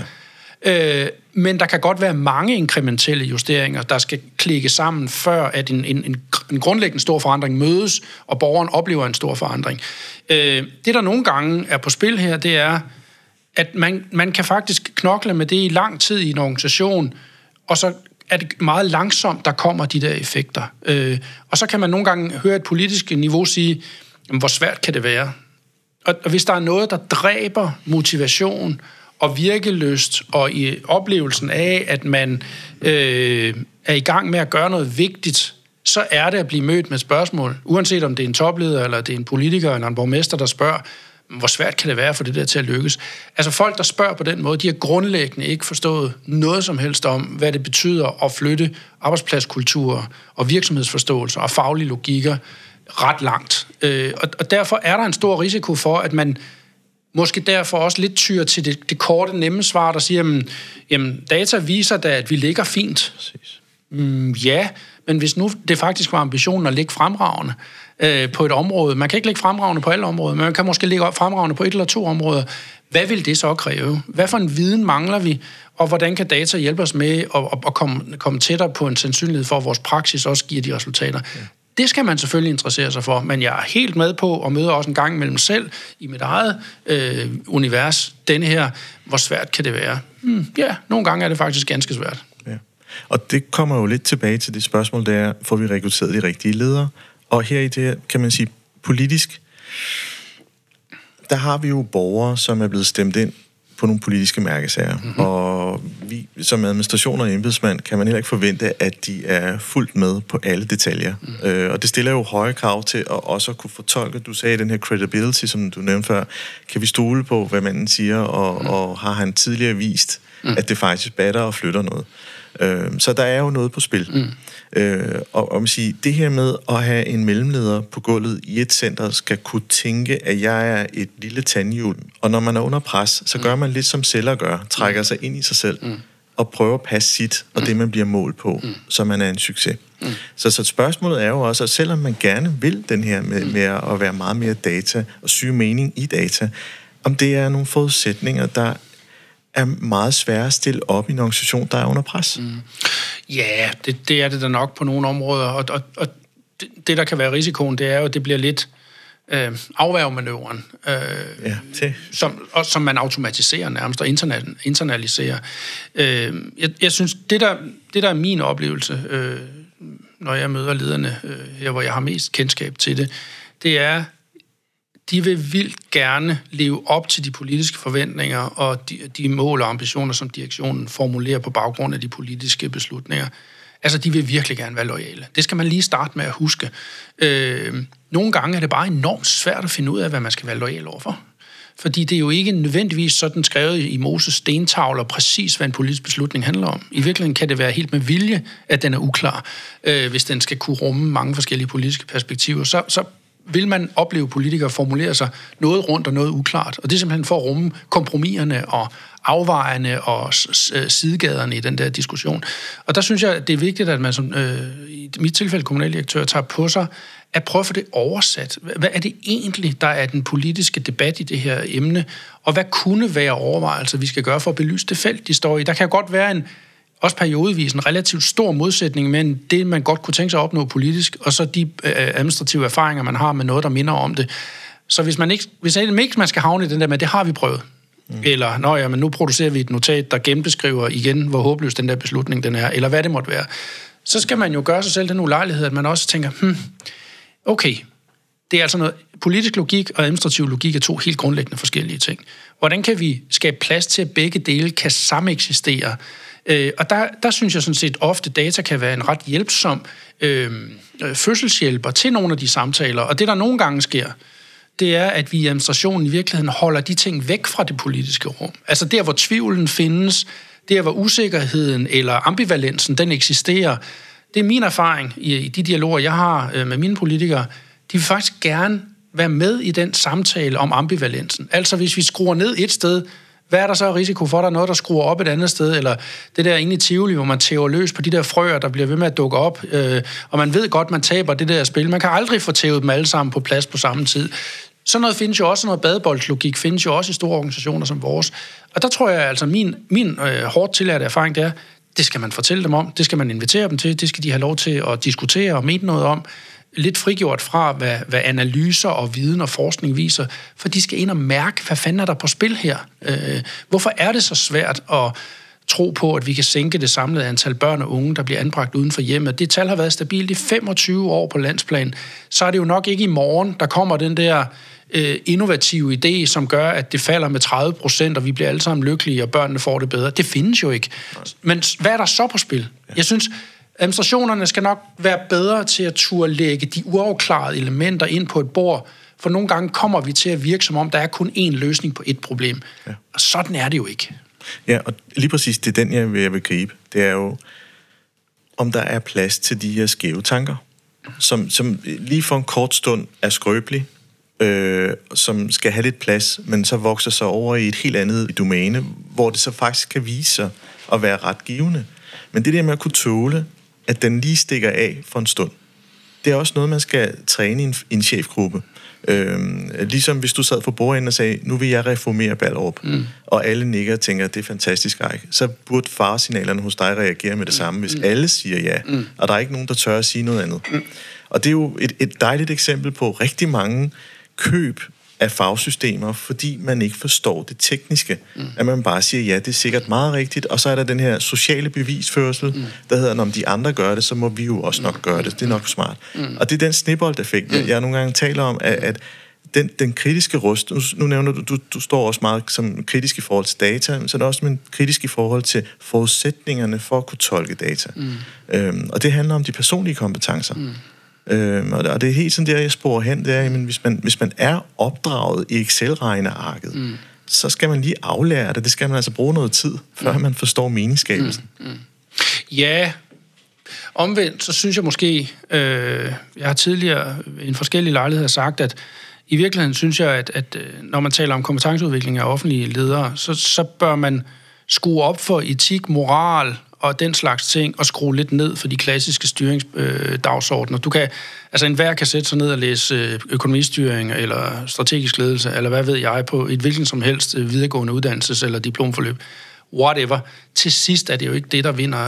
men der kan godt være mange inkrementelle justeringer, der skal klikke sammen, før at en grundlæggende stor forandring mødes, og borgeren oplever en stor forandring. Det, der nogle gange er på spil her, det er, at man kan faktisk knokle med det i lang tid i en organisation, og så er det meget langsomt, der kommer de der effekter. Og så kan man nogle gange høre et politisk niveau sige, hvor svært kan det være? Og hvis der er noget, der dræber motivation og virkelyst, og i oplevelsen af, at man er i gang med at gøre noget vigtigt, så er det at blive mødt med et spørgsmål, uanset om det er en topleder, eller det er en politiker, eller en borgmester, der spørger, hvor svært kan det være for det der til at lykkes? Altså folk, der spørger på den måde, de har grundlæggende ikke forstået noget som helst om, hvad det betyder at flytte arbejdspladskulturer og virksomhedsforståelser og faglige logikker ret langt. Og derfor er der en stor risiko for, at man måske derfor også lidt tyr til det korte, nemme svar, der siger, jamen data viser da, at vi ligger fint. Ja, men hvis nu det faktisk var ambitionen at ligge fremragende på et område, man kan ikke ligge fremragende på alle områder, men man kan måske ligge fremragende på 1 eller 2 områder, hvad vil det så kræve? Hvad for en viden mangler vi, og hvordan kan data hjælpe os med at komme tættere på en sandsynlighed for, at vores praksis også giver de resultater? Ja. Det skal man selvfølgelig interessere sig for, men jeg er helt med på og møder også en gang mellem selv i mit eget univers, denne her, hvor svært kan det være? Ja, nogle gange er det faktisk ganske svært. Ja. Og det kommer jo lidt tilbage til det spørgsmål, der er, får vi rekrutteret de rigtige ledere? Og her i det, kan man sige, politisk, der har vi jo borgere, som er blevet stemt ind på nogle politiske mærkesager. Mm-hmm. Og vi som administration og embedsmand kan man heller ikke forvente, at de er fuldt med på alle detaljer. Og det stiller jo høje krav til at også kunne fortolke. Du sagde den her credibility, som du nævnte før. Kan vi stole på, hvad manden siger, og har han tidligere vist, at det faktisk batter og flytter noget? Så der er jo noget på spil. Og man siger, det her med at have en mellemleder på gulvet i et center, skal kunne tænke, at jeg er et lille tandhjul. Og når man er under pres, så gør man lidt som celler gør, trækker sig ind i sig selv, og prøver at passe sit, og det man bliver målt på, så man er en succes. Så spørgsmålet er jo også, at selvom man gerne vil den her med at være meget mere data, og syge mening i data, om det er nogle forudsætninger, der er meget svære at stille op i en organisation, der er under pres. Ja, det er det da nok på nogle områder, og det, der kan være risikoen, det er jo, at det bliver lidt afværgemanøvren, som man automatiserer nærmest og internaliserer. Jeg synes, det der er min oplevelse, når jeg møder lederne her, hvor jeg har mest kendskab til det er, de vil vildt gerne leve op til de politiske forventninger og de mål og ambitioner, som direktionen formulerer på baggrund af de politiske beslutninger. Altså, de vil virkelig gerne være loyale. Det skal man lige starte med at huske. Nogle gange er det bare enormt svært at finde ud af, hvad man skal være loyal overfor. Fordi det er jo ikke nødvendigvis sådan skrevet i Moses stentavler præcis, hvad en politisk beslutning handler om. I virkeligheden kan det være helt med vilje, at den er uklar, hvis den skal kunne rumme mange forskellige politiske perspektiver. Så vil man opleve politikere formulere sig noget rundt og noget uklart. Og det er simpelthen for at rumme kompromiserne og afvejene og sidegaderne i den der diskussion. Og der synes jeg, at det er vigtigt, at man som i mit tilfælde kommunaldirektør tager på sig at prøve at få det oversat. Hvad er det egentlig, der er den politiske debat i det her emne? Og hvad kunne være overvejelser, vi skal gøre for at belyse det felt, de står i? Der kan godt være også periodevis en relativt stor modsætning mellem det, man godt kunne tænke sig at opnå politisk, og så de administrative erfaringer, man har med noget, der minder om det. Så hvis man skal havne i den der med, det har vi prøvet, eller, men nu producerer vi et notat, der genbeskriver igen, hvor håbløs den der beslutning den er, eller hvad det måtte være, så skal man jo gøre sig selv den ulejlighed, at man også tænker, okay, det er altså noget, politisk logik og administrativ logik er to helt grundlæggende forskellige ting. Hvordan kan vi skabe plads til, at begge dele kan sameksistere? Og der synes jeg sådan set ofte, data kan være en ret hjælpsom fødselshjælper til nogle af de samtaler. Og det, der nogle gange sker, det er, at vi i administrationen i virkeligheden holder de ting væk fra det politiske rum. Altså der, hvor tvivlen findes, der, hvor usikkerheden eller ambivalensen, den eksisterer. Det er min erfaring i de dialoger, jeg har med mine politikere. De vil faktisk gerne være med i den samtale om ambivalensen. Altså hvis vi skruer ned et sted, hvad er der så risiko for, at der er noget, der skruer op et andet sted? Eller det der inde i Tivoli, hvor man tæver løs på de der frøer, der bliver ved med at dukke op, og man ved godt, man taber det der spil. Man kan aldrig få tævet dem alle sammen på plads på samme tid. Sådan noget findes jo også, noget badebolds-logik findes jo også i store organisationer som vores. Og der tror jeg altså, min hårdt tillærte erfaring, det er, det skal man fortælle dem om, det skal man invitere dem til, det skal de have lov til at diskutere og mene noget om, lidt frigjort fra, hvad analyser og viden og forskning viser, for de skal ind og mærke, hvad fanden er der på spil her? Hvorfor er det så svært at tro på, at vi kan sænke det samlede antal børn og unge, der bliver anbragt uden for hjemmet? Det tal har været stabilt i 25 år på landsplan. Så er det jo nok ikke i morgen, der kommer den der innovative idé, som gør, at det falder med 30%, og vi bliver alle sammen lykkelige, og børnene får det bedre. Det findes jo ikke. Men hvad er der så på spil? Jeg synes, administrationerne skal nok være bedre til at turde lægge de uafklarede elementer ind på et bord, for nogle gange kommer vi til at virke, som om der er kun én løsning på et problem. Ja. Og sådan er det jo ikke. Ja, og lige præcis det er den, jeg vil gribe. Det er jo, om der er plads til de her skæve tanker, som lige for en kort stund er skrøbelige, som skal have lidt plads, men så vokser sig over i et helt andet domæne, hvor det så faktisk kan vise sig at være ret givende. Men det der med at kunne tåle, at den lige stikker af for en stund, det er også noget, man skal træne i en chefgruppe. Ligesom hvis du sad for bordenden og sagde, nu vil jeg reformere Ballerup, og alle nikker og tænker, det er fantastisk, Eik, så burde faresignalerne hos dig reagere med det samme, hvis alle siger ja, og der er ikke nogen, der tør at sige noget andet. Og det er jo et dejligt eksempel på rigtig mange køb af fagsystemer, fordi man ikke forstår det tekniske. At man bare siger, ja, det er sikkert meget rigtigt, og så er der den her sociale bevisførsel, der hedder, når de andre gør det, så må vi jo også nok gøre det. Det er nok smart. Og det er den snibboldeffekt, jeg nogle gange taler om, at den kritiske røst, nu nævner du står også meget som kritisk i forhold til data, men så er det også kritisk i forhold til forudsætningerne for at kunne tolke data. Og det handler om de personlige kompetencer. Og det er helt sådan der, jeg sporer hen, det er, jamen, hvis man er opdraget i Excel-regnearket, så skal man lige aflære det. Det skal man altså bruge noget tid, før man forstår meningsskabelsen. Ja, omvendt, så synes jeg måske, jeg har tidligere i en forskellig lejlighed sagt, at i virkeligheden synes jeg, at når man taler om kompetenceudvikling af offentlige ledere, så bør man skrue op for etik, moral og den slags ting, og skrue lidt ned for de klassiske styringsdagsordner. Du kan, altså enhver kan sætte sig ned og læse økonomistyring, eller strategisk ledelse, eller hvad ved jeg, på et hvilken som helst videregående uddannelses- eller diplomforløb. Whatever. Til sidst er det jo ikke det, der vinder,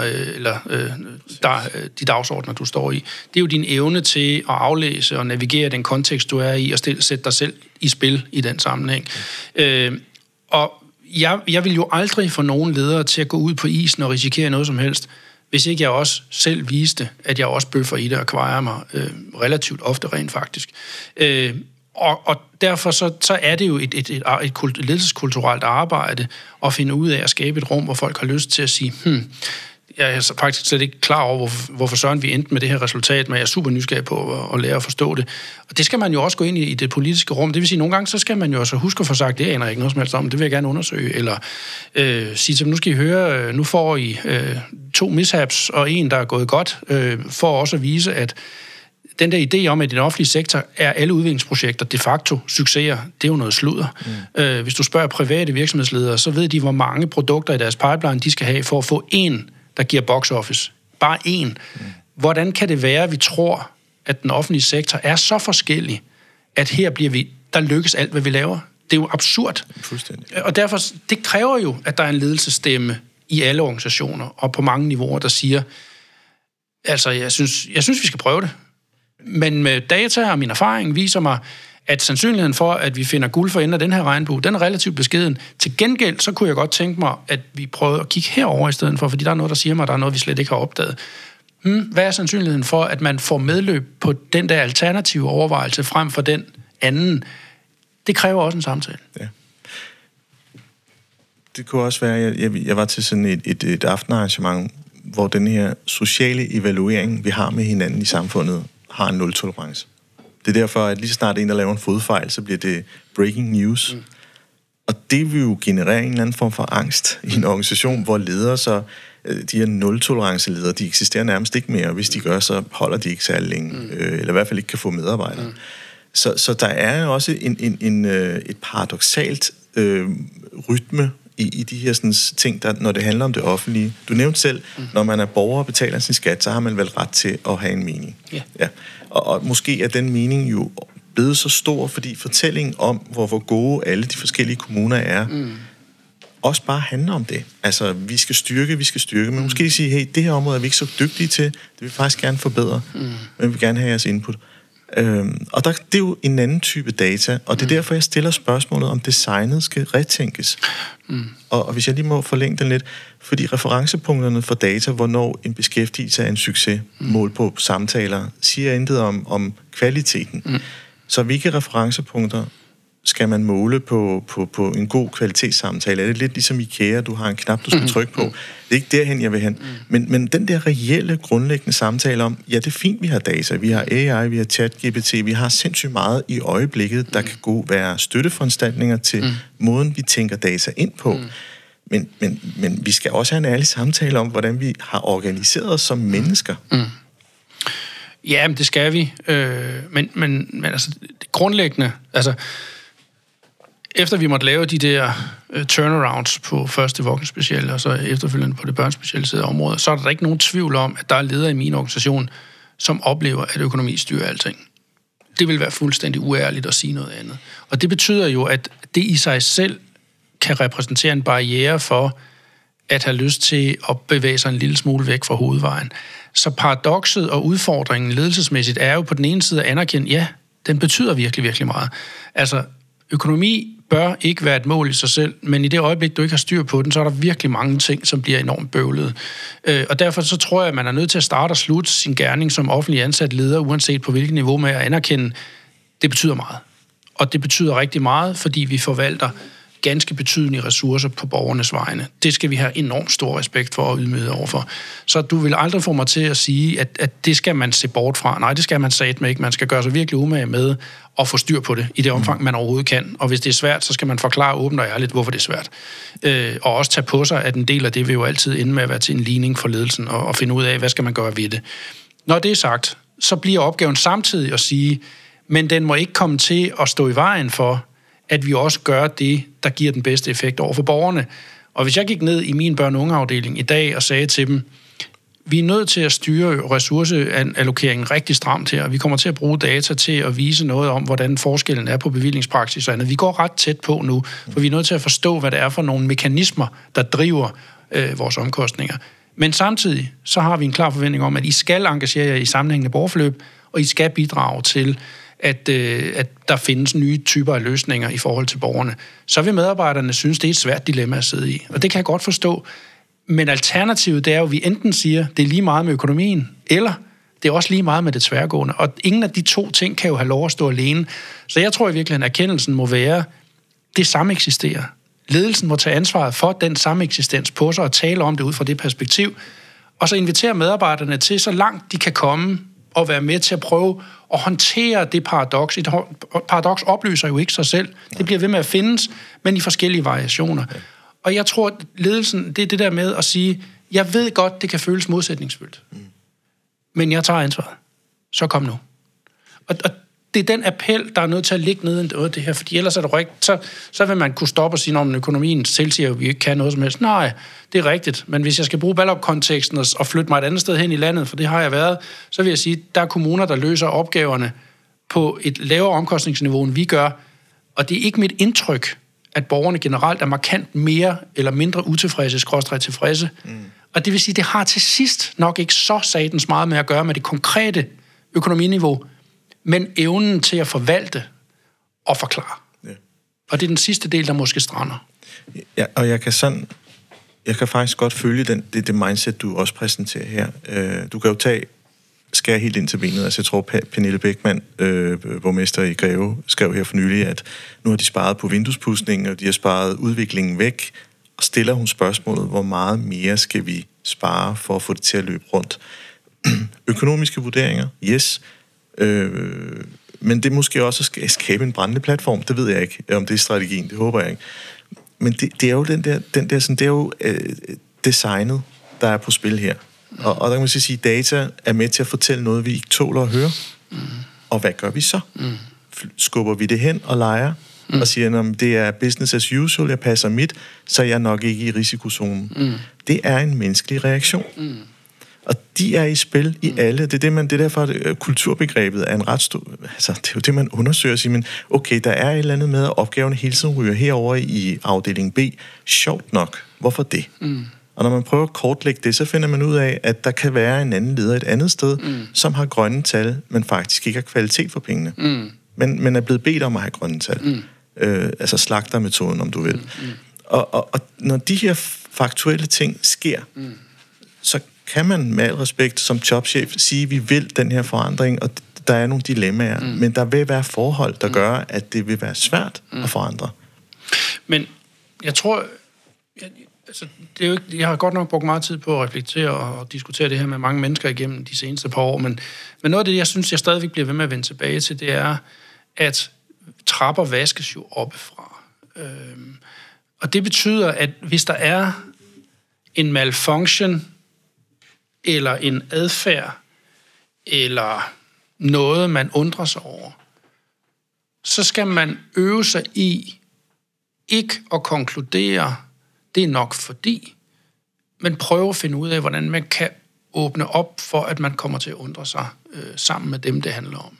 de dagsordner, du står i. Det er jo din evne til at aflæse og navigere den kontekst, du er i, og sætte dig selv i spil i den sammenhæng. Og jeg vil jo aldrig få nogen ledere til at gå ud på isen og risikere noget som helst, hvis ikke jeg også selv viste, at jeg også bøffer i det og kvarer mig relativt ofte rent faktisk. Og derfor så er det jo et ledelseskulturelt arbejde at finde ud af at skabe et rum, hvor folk har lyst til at sige, jeg er faktisk slet ikke klar over, hvorfor søren vi endte med det her resultat, men jeg er super nysgerrig på at lære at forstå det. Og det skal man jo også gå ind i det politiske rum. Det vil sige, nogle gange, så skal man jo også huske at få sagt, det aner ikke noget som helst om, det vil jeg gerne undersøge. Eller sige til dem, nu skal I høre, nu får I 2 mishaps, og en, der er gået godt, for også at vise, at den der idé om, at i den offentlige sektor er alle udviklingsprojekter de facto succeser, det er jo noget sludder. Hvis du spørger private virksomhedsledere, så ved de, hvor mange produkter i deres pipeline, de skal have for at få en, der giver box office. Bare en. Hvordan kan det være, at vi tror, at den offentlige sektor er så forskellig, at her der lykkes alt, hvad vi laver? Det er jo absurd. Og derfor, det kræver jo, at der er en ledelsesstemme i alle organisationer, og på mange niveauer, der siger, altså, jeg synes, vi skal prøve det. Men med data og min erfaring viser mig, at sandsynligheden for, at vi finder guld for enden af den her regnbue, den er relativt beskeden. Til gengæld, så kunne jeg godt tænke mig, at vi prøvede at kigge herover i stedet for, fordi der er noget, der siger mig, at der er noget, vi slet ikke har opdaget. Hvad er sandsynligheden for, at man får medløb på den der alternative overvejelse frem for den anden? Det kræver også en samtale. Ja. Det kunne også være, jeg var til sådan et aftenarrangement, hvor den her sociale evaluering, vi har med hinanden i samfundet, har en nul-tolerance. Det er derfor, at lige snart en, der laver en fodfejl, så bliver det breaking news. Og det vil jo generere en eller anden form for angst i en organisation, hvor ledere så, de her nul-tolerance-ledere, de eksisterer nærmest ikke mere. Hvis de gør, så holder de ikke særlig længe, eller i hvert fald ikke kan få medarbejdere. Så der er også et paradoksalt rytme i de her sådan, ting, der, når det handler om det offentlige. Du nævnte selv, når man er borger og betaler sin skat, så har man vel ret til at have en mening. Yeah. Ja. Og måske er den mening jo blevet så stor, fordi fortællingen om, hvor gode alle de forskellige kommuner er, også bare handler om det. Altså, vi skal styrke, men måske sige, hey, det her område er vi ikke så dygtige til, det vil vi faktisk gerne forbedre, men vi vil gerne have jeres input. Og det er jo en anden type data, og det er derfor, jeg stiller spørgsmålet, om designet skal retænkes. Og hvis jeg lige må forlænge den lidt, fordi referencepunkterne for data, hvornår en beskæftigelse er en succes, mål på samtaler, siger intet om kvaliteten. Så hvilke referencepunkter skal man måle på en god kvalitetssamtale? Er det lidt ligesom IKEA, du har en knap, du skal trykke på? Det er ikke derhen, jeg vil hen. Men den der reelle, grundlæggende samtale om, ja, det er fint, vi har data, vi har AI, vi har ChatGPT, vi har sindssygt meget i øjeblikket, der kan være støtteforanstaltninger til måden, vi tænker data ind på. Men vi skal også have en ærlig samtale om, hvordan vi har organiseret os som mennesker. Ja, det skal vi. Men altså, det grundlæggende, altså, efter vi måtte lave de der turnarounds på første voksenspeciale, og så efterfølgende på det børnespecialiserede område, så er der ikke nogen tvivl om, at der er ledere i min organisation, som oplever, at økonomi styrer alting. Det vil være fuldstændig uærligt at sige noget andet. Og det betyder jo, at det i sig selv kan repræsentere en barriere for at have lyst til at bevæge sig en lille smule væk fra hovedvejen. Så paradokset og udfordringen ledelsesmæssigt er jo på den ene side at anerkende, ja, den betyder virkelig, virkelig meget. Altså, økonomi bør ikke være et mål i sig selv, men i det øjeblik, du ikke har styr på den, så er der virkelig mange ting, som bliver enormt bøvlede. Og derfor så tror jeg, at man er nødt til at starte og slutte sin gerning som offentlig ansat leder, uanset på hvilket niveau, med at anerkende, det betyder meget. Og det betyder rigtig meget, fordi vi forvalter ganske betydelige ressourcer på borgernes vegne. Det skal vi have enormt stor respekt for og ydmyghed overfor. Så du vil aldrig få mig til at sige, at det skal man se bort fra. Nej, det skal man satme ikke. Man skal gøre sig virkelig umage med at få styr på det i det omfang, man overhovedet kan. Og hvis det er svært, så skal man forklare åbent og ærligt, hvorfor det er svært. Og også tage på sig, at en del af det vil jo altid ende med at være til en ligning for ledelsen og finde ud af, hvad skal man gøre ved det. Når det er sagt, så bliver opgaven samtidig at sige, men den må ikke komme til at stå i vejen for, at vi også gør det, der giver den bedste effekt over for borgerne. Og hvis jeg gik ned i min børne- og ungeafdeling i dag og sagde til dem, vi er nødt til at styre ressourceallokeringen rigtig stramt her, og vi kommer til at bruge data til at vise noget om, hvordan forskellen er på bevillingspraksis og andet. Vi går ret tæt på nu, for vi er nødt til at forstå, hvad det er for nogle mekanismer, der driver vores omkostninger. Men samtidig så har vi en klar forventning om, at I skal engagere jer i sammenhængende borgerforløb, og I skal bidrage til, at der findes nye typer af løsninger i forhold til borgerne. Så vil medarbejderne synes, det er et svært dilemma at sidde i. Og det kan jeg godt forstå. Men alternativet, det er jo, at vi enten siger, det er lige meget med økonomien, eller det er også lige meget med det tværgående. Og ingen af de to ting kan jo have lov at stå alene. Så jeg tror i virkeligheden, at erkendelsen må være, det samme eksisterer. Ledelsen må tage ansvaret for den samme eksistens på sig og tale om det ud fra det perspektiv. Og så invitere medarbejderne til, så langt de kan komme og være med til at prøve at håndtere det paradoks. Et paradoks oplyser jo ikke sig selv. Det bliver ved med at findes, men i forskellige variationer. Og jeg tror, at ledelsen, det er det der med at sige, jeg ved godt, det kan føles modsætningsfyldt. Men jeg tager ansvaret. Så kom nu. Og det er den appel, der er nødt til at ligge nede i det her, fordi ellers er det rigtigt. Så vil man kunne stoppe og sige, om økonomien tilsiger, at vi ikke kan noget som helst. Nej, det er rigtigt. Men hvis jeg skal bruge Ballup-konteksten og flytte mig et andet sted hen i landet, for det har jeg været, så vil jeg sige, at der er kommuner, der løser opgaverne på et lavere omkostningsniveau, end vi gør. Og det er ikke mit indtryk, at borgerne generelt er markant mere eller mindre utilfredse, tilfredse. Og det vil sige, at det har til sidst nok ikke så satans meget med at gøre med det konkrete økonominiveau, men evnen til at forvalte og forklare. Ja. Og det er den sidste del, der måske strander. Ja, og jeg kan faktisk godt følge det mindset, du også præsenterer her. Du kan jo skære helt ind til benet. Altså, jeg tror, Pernille Beckmann, borgmester i Greve, skrev her for nylig, at nu har de sparet på vinduespudsningen, og de har sparet udviklingen væk. Og stiller hun spørgsmålet, hvor meget mere skal vi spare for at få det til at løbe rundt? Økonomiske vurderinger, yes. Men det er måske også at skabe en brændende platform. Det ved jeg ikke, om det er strategien. Det håber jeg ikke. Men det er jo det er jo designet, der er på spil her. Og der kan man sige, at data er med til at fortælle noget, vi ikke tåler at høre. Og hvad gør vi så? Skubber vi det hen og leger? Og siger, at det er business as usual, jeg passer mit, så er jeg nok ikke i risikozonen. Det er en menneskelig reaktion. Og de er i spil i alle. Det er derfor, at kulturbegrebet er en ret stor... Altså, det er jo det, man undersøger og siger, men okay, der er et eller andet med, at opgaven hele tiden ryger herover i afdeling B. Sjovt nok. Hvorfor det? Og når man prøver at kortlægge det, så finder man ud af, at der kan være en anden leder et andet sted, som har grønne tal, men faktisk ikke har kvalitet for pengene. Men er blevet bedt om at have grønne tal. Altså slagtermetoden, om du vil. Og når de her faktuelle ting sker, så kan man med al respekt som topchef sige, at vi vil den her forandring, og der er nogle dilemmaer, men der vil være forhold, der gør, at det vil være svært at forandre. Men jeg tror... Altså, det er jo ikke, jeg har godt nok brugt meget tid på at reflektere og diskutere det her med mange mennesker igennem de seneste par år, men noget af det, jeg synes, jeg stadigvæk bliver ved med at vende tilbage til, det er, at trapper vaskes jo oppefra. Og det betyder, at hvis der er en malfunction, eller en adfærd, eller noget, man undrer sig over, så skal man øve sig i ikke at konkludere, det er nok fordi, men prøve at finde ud af, hvordan man kan åbne op for, at man kommer til at undre sig sammen med dem, det handler om.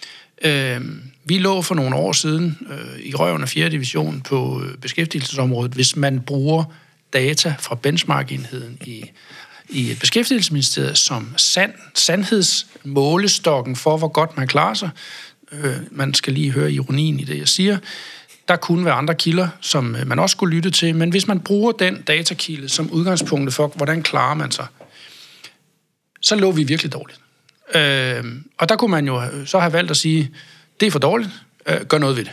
Vi lå for nogle år siden i røven af 4. division på beskæftigelsesområdet, hvis man bruger data fra benchmark-enheden i Beskæftigelsesministeriet som sandhedsmålestokken for, hvor godt man klarer sig. Man skal lige høre ironien i det, jeg siger. Der kunne være andre kilder, som man også skulle lytte til, men hvis man bruger den datakilde som udgangspunkt for, hvordan klarer man sig, så lå vi virkelig dårligt. Og der kunne man jo så have valgt at sige, det er for dårligt, gør noget ved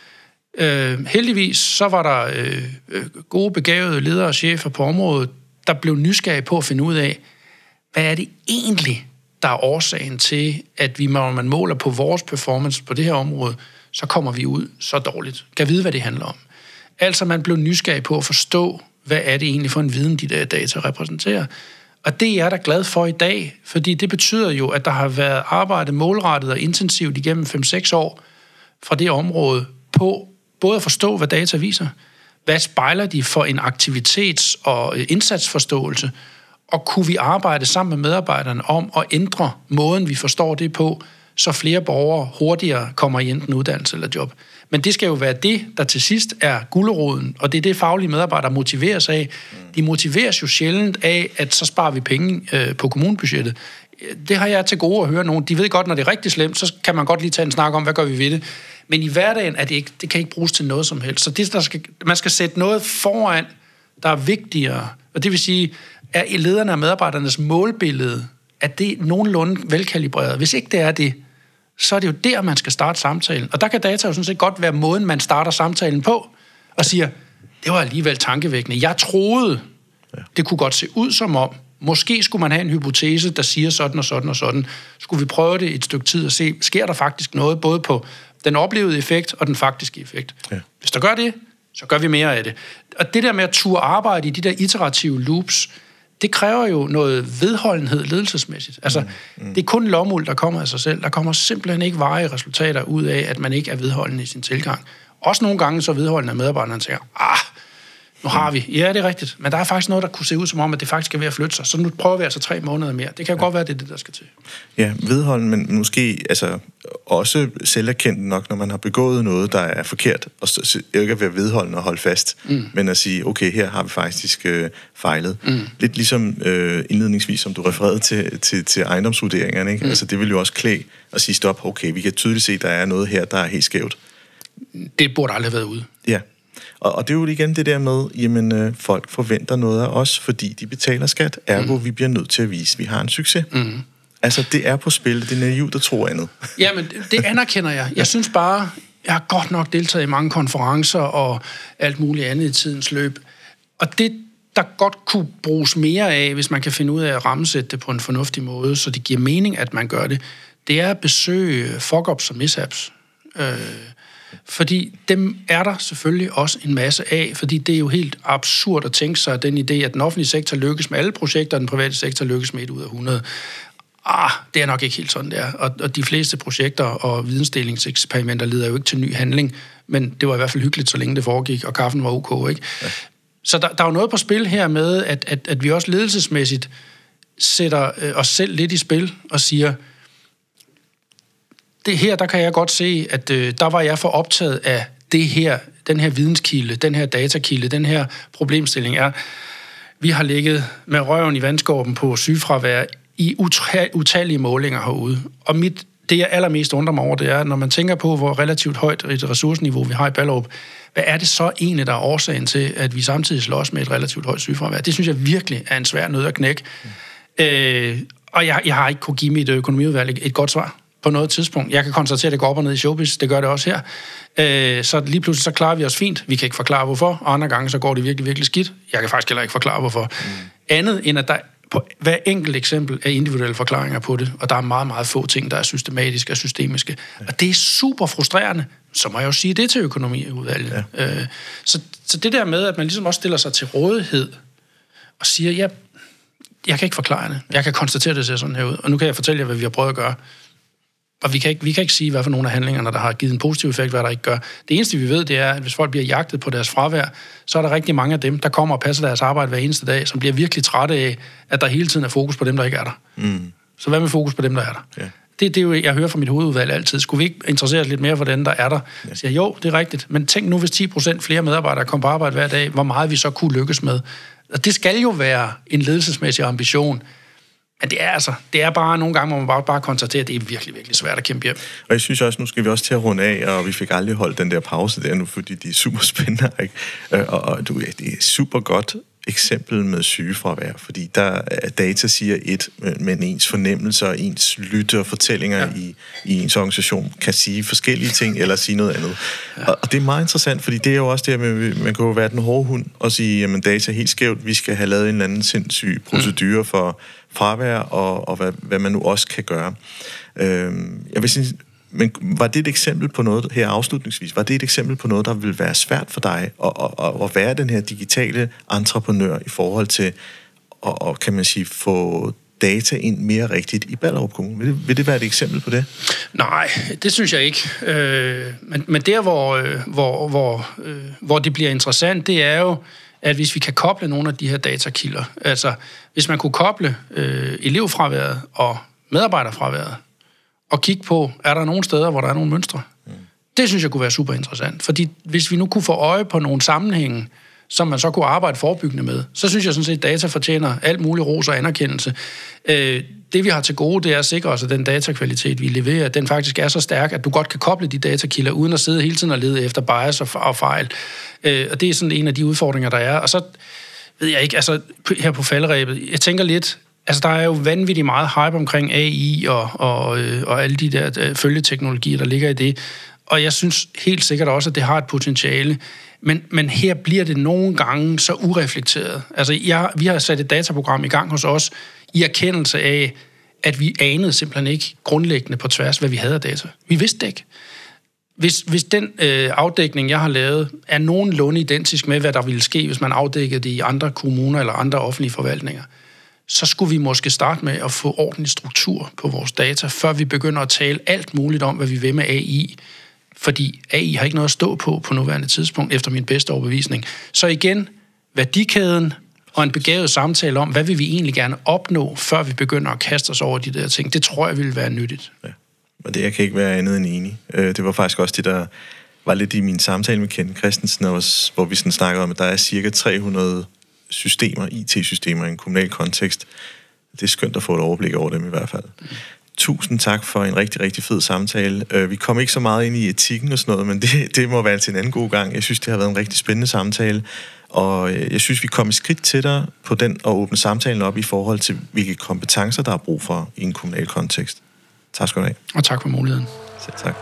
det. Heldigvis så var der gode, begavede ledere og chefer på området, der blev nysgerrige på at finde ud af, hvad er det egentlig, der er årsagen til, at vi, når man måler på vores performance på det her område, så kommer vi ud så dårligt. Kan vide, hvad det handler om. Altså, man blev nysgerrig på at forstå, hvad er det egentlig for en viden, de der data repræsenterer. Og det er jeg da glad for i dag, fordi det betyder jo, at der har været arbejdet målrettet og intensivt igennem 5-6 år fra det område på både at forstå, hvad data viser, hvad spejler de for en aktivitets- og indsatsforståelse, og kunne vi arbejde sammen med medarbejderne om at ændre måden, vi forstår det på, så flere borgere hurtigere kommer i enten uddannelse eller job. Men det skal jo være det, der til sidst er guleroden, og det er det, faglige medarbejdere motiveres af. De motiveres jo sjældent af, at så sparer vi penge på kommunebudgettet. Det har jeg til gode at høre nogen. De ved godt, når det er rigtig slemt, så kan man godt lige tage en snak om, hvad gør vi ved det. Men i hverdagen er det ikke, det kan ikke bruges til noget som helst. Så det, man skal sætte noget foran, der er vigtigere. Og det vil sige, er lederne og medarbejdernes målbillede, at det er nogenlunde velkalibreret. Hvis ikke det er det, så er det jo der, man skal starte samtalen. Og der kan data jo sådan set godt være måden, man starter samtalen på, og siger, det var alligevel tankevækkende. Jeg troede, det kunne godt se ud som om, måske skulle man have en hypotese, der siger sådan og sådan og sådan. Skulle vi prøve det et stykke tid og se, sker der faktisk noget, både på den oplevede effekt og den faktiske effekt. Ja. Hvis der gør det, så gør vi mere af det. Og det der med at turde arbejde i de der iterative loops, det kræver jo noget vedholdenhed ledelsesmæssigt. Altså, det er kun lomuld, der kommer af sig selv. Der kommer simpelthen ikke varige resultater ud af, at man ikke er vedholdende i sin tilgang. Også nogle gange så vedholdende, at medarbejderne tænker, nu har vi. Ja, det er rigtigt. Men der er faktisk noget, der kunne se ud som om, at det faktisk er ved at flytte sig. Så nu prøver vi altså 3 måneder mere. Det kan godt være, det er det, der skal til. Ja, vedholdende, men måske altså, også selverkendt nok, når man har begået noget, der er forkert. Og ikke at være vedholdende og holde fast, men at sige, okay, her har vi faktisk fejlet. Lidt ligesom indledningsvis, som du refererede til ejendomsvurderingerne. Ikke? Altså, det vil jo også klæde at sige, stop, okay, vi kan tydeligt se, at der er noget her, der er helt skævt. det burde aldrig have været ude. Ja, og det er jo igen det der med, jamen folk forventer noget af os, fordi de betaler skat, ergo vi bliver nødt til at vise, at vi har en succes. Altså, det er på spil, det er naivt at tro andet. Jamen, det anerkender jeg. Jeg synes bare, jeg har godt nok deltaget i mange konferencer og alt muligt andet i tidens løb. Og det, der godt kunne bruges mere af, hvis man kan finde ud af at rammesætte det på en fornuftig måde, så det giver mening, at man gør det, det er at besøge fuck-ups og mishaps. Fordi dem er der selvfølgelig også en masse af, fordi det er jo helt absurd at tænke sig den idé, at den offentlige sektor lykkes med alle projekter, og den private sektor lykkes med 1 ud af 100. Det er nok ikke helt sådan, det er. Og de fleste projekter og vidensdelingseksperimenter leder jo ikke til ny handling, men det var i hvert fald hyggeligt, så længe det foregik, og kaffen var ok, ikke? Ja. Så der er jo noget på spil her med, at vi også ledelsesmæssigt sætter os selv lidt i spil og siger, det her, der kan jeg godt se, at der var jeg for optaget af det her, den her videnskilde, den her datakilde, den her problemstilling er, vi har ligget med røven i vandskorben på sygefravær i utallige målinger herude. Og det, jeg allermest undrer mig over, det er, når man tænker på, hvor relativt højt et ressourceniveau vi har i Ballerup, hvad er det så egentlig, der er årsagen til, at vi samtidig slås med et relativt højt sygefravær? Det synes jeg virkelig er en svær nød at knække. Og jeg har ikke kunne give mit økonomiudvalg et godt svar på noget tidspunkt. Jeg kan konstatere, at det går op og ned i showbiz. Det gør det også her. Så lige pludselig så klarer vi os fint. Vi kan ikke forklare, hvorfor. Og andre gange så går det virkelig, virkelig skidt. Jeg kan faktisk heller ikke forklare, hvorfor. Andet end, at der på hver enkelt eksempel er individuelle forklaringer på det, og der er meget, meget få ting, der er systematiske og systemiske. Og det er super frustrerende. Så må jeg jo sige det til økonomiudvalget. Ja. Så det der med, at man ligesom også stiller sig til rådighed og siger, ja, jeg kan ikke forklare det. Jeg kan konstatere, at det ser sådan her ud. Og nu kan jeg fortælle jer, hvad vi har prøvet at gøre. Og vi kan ikke sige, hvad for nogle af handlingerne, der har givet en positiv effekt, hvad der ikke gør. Det eneste, vi ved, det er, at hvis folk bliver jagtet på deres fravær, så er der rigtig mange af dem, der kommer og passer deres arbejde hver eneste dag, som bliver virkelig trætte af, at der hele tiden er fokus på dem, der ikke er der. Så hvad med fokus på dem, der er der? Ja. Det er jo, jeg hører fra mit hovedudvalg altid. Skulle vi ikke interessere os lidt mere for dem, der er der? Jeg siger, jo, det er rigtigt. Men tænk nu, hvis 10% flere medarbejdere kommer på arbejde hver dag, hvor meget vi så kunne lykkes med. Og det skal jo være en ledelsesmæssig ambition. Men det er bare nogle gange, hvor man bare konstaterer, at det er virkelig, virkelig svært at kæmpe hjem. Og jeg synes også, nu skal vi også til at runde af, og vi fik aldrig holdt den der pause der nu, fordi det er super spændende, ikke? Og det er super godt eksempel med sygefravær, fordi der data siger et, men ens fornemmelser og ens lytte og fortællinger i ens organisation kan sige forskellige ting, eller sige noget andet. Ja. Og det er meget interessant, fordi det er jo også det, man kan jo være den hårde hund og sige, jamen data er helt skævt, vi skal have lavet en eller anden sindssyg procedure for fravær, og hvad man nu også kan gøre. Jeg vil sige, men var det et eksempel på noget, her afslutningsvis, var det et eksempel på noget, der ville være svært for dig at være den her digitale entreprenør i forhold til at kan man sige, få data ind mere rigtigt i Ballerup Kommune? Vil det være et eksempel på det? Nej, det synes jeg ikke. Men der, hvor det bliver interessant, det er jo, at hvis vi kan koble nogle af de her datakilder, altså hvis man kunne koble elevfraværet og medarbejderfraværet, og kigge på, er der nogle steder, hvor der er nogle mønstre? Det synes jeg kunne være super interessant. Fordi hvis vi nu kunne få øje på nogle sammenhænge, som man så kunne arbejde forebyggende med, så synes jeg sådan set, at data fortjener alt muligt ros og anerkendelse. Det vi har til gode, det er at sikre os, at den datakvalitet, vi leverer, den faktisk er så stærk, at du godt kan koble de datakilder, uden at sidde hele tiden og lede efter bias og fejl. Og det er sådan en af de udfordringer, der er. Og så ved jeg ikke, altså her på falderebet, jeg tænker lidt, altså, der er jo vanvittigt meget hype omkring AI og alle de der følgeteknologier, der ligger i det. Og jeg synes helt sikkert også, at det har et potentiale. Men her bliver det nogle gange så ureflekteret. Altså, vi har sat et dataprogram i gang hos os i erkendelse af, at vi anede simpelthen ikke grundlæggende på tværs, hvad vi havde af data. Vi vidste det ikke. Hvis den afdækning, jeg har lavet, er nogenlunde identisk med, hvad der ville ske, hvis man afdækkede det i andre kommuner eller andre offentlige forvaltninger, så skulle vi måske starte med at få ordentlig struktur på vores data, før vi begynder at tale alt muligt om, hvad vi vil med AI. Fordi AI har ikke noget at stå på nuværende tidspunkt, efter min bedste overbevisning. Så igen, værdikæden og en begavet samtale om, hvad vil vi egentlig gerne opnå, før vi begynder at kaste os over de der ting, det tror jeg ville være nyttigt. Ja. Og det jeg kan ikke være andet end enig. Det var faktisk også det, der var lidt i min samtale med Kent Christensen, hvor vi sådan snakkede om, at der er cirka 300 IT-systemer i en kommunal kontekst. Det er skønt at få et overblik over dem i hvert fald. Tusind tak for en rigtig, rigtig fed samtale. Vi kom ikke så meget ind i etikken og sådan noget, men det må være til en anden god gang. Jeg synes, det har været en rigtig spændende samtale, og jeg synes, vi kom et skridt tættere på den at åbne samtalen op i forhold til, hvilke kompetencer, der er brug for i en kommunal kontekst. Tak skal du have. Og tak for muligheden. Selv tak.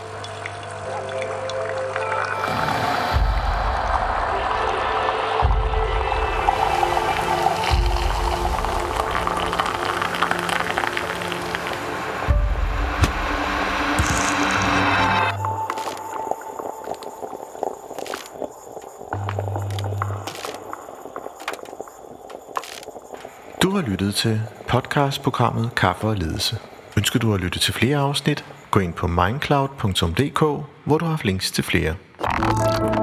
Du har lyttet til podcastprogrammet Kaffe og Ledelse. Ønsker du at lytte til flere afsnit? Gå ind på mindcloud.dk, hvor du har links til flere.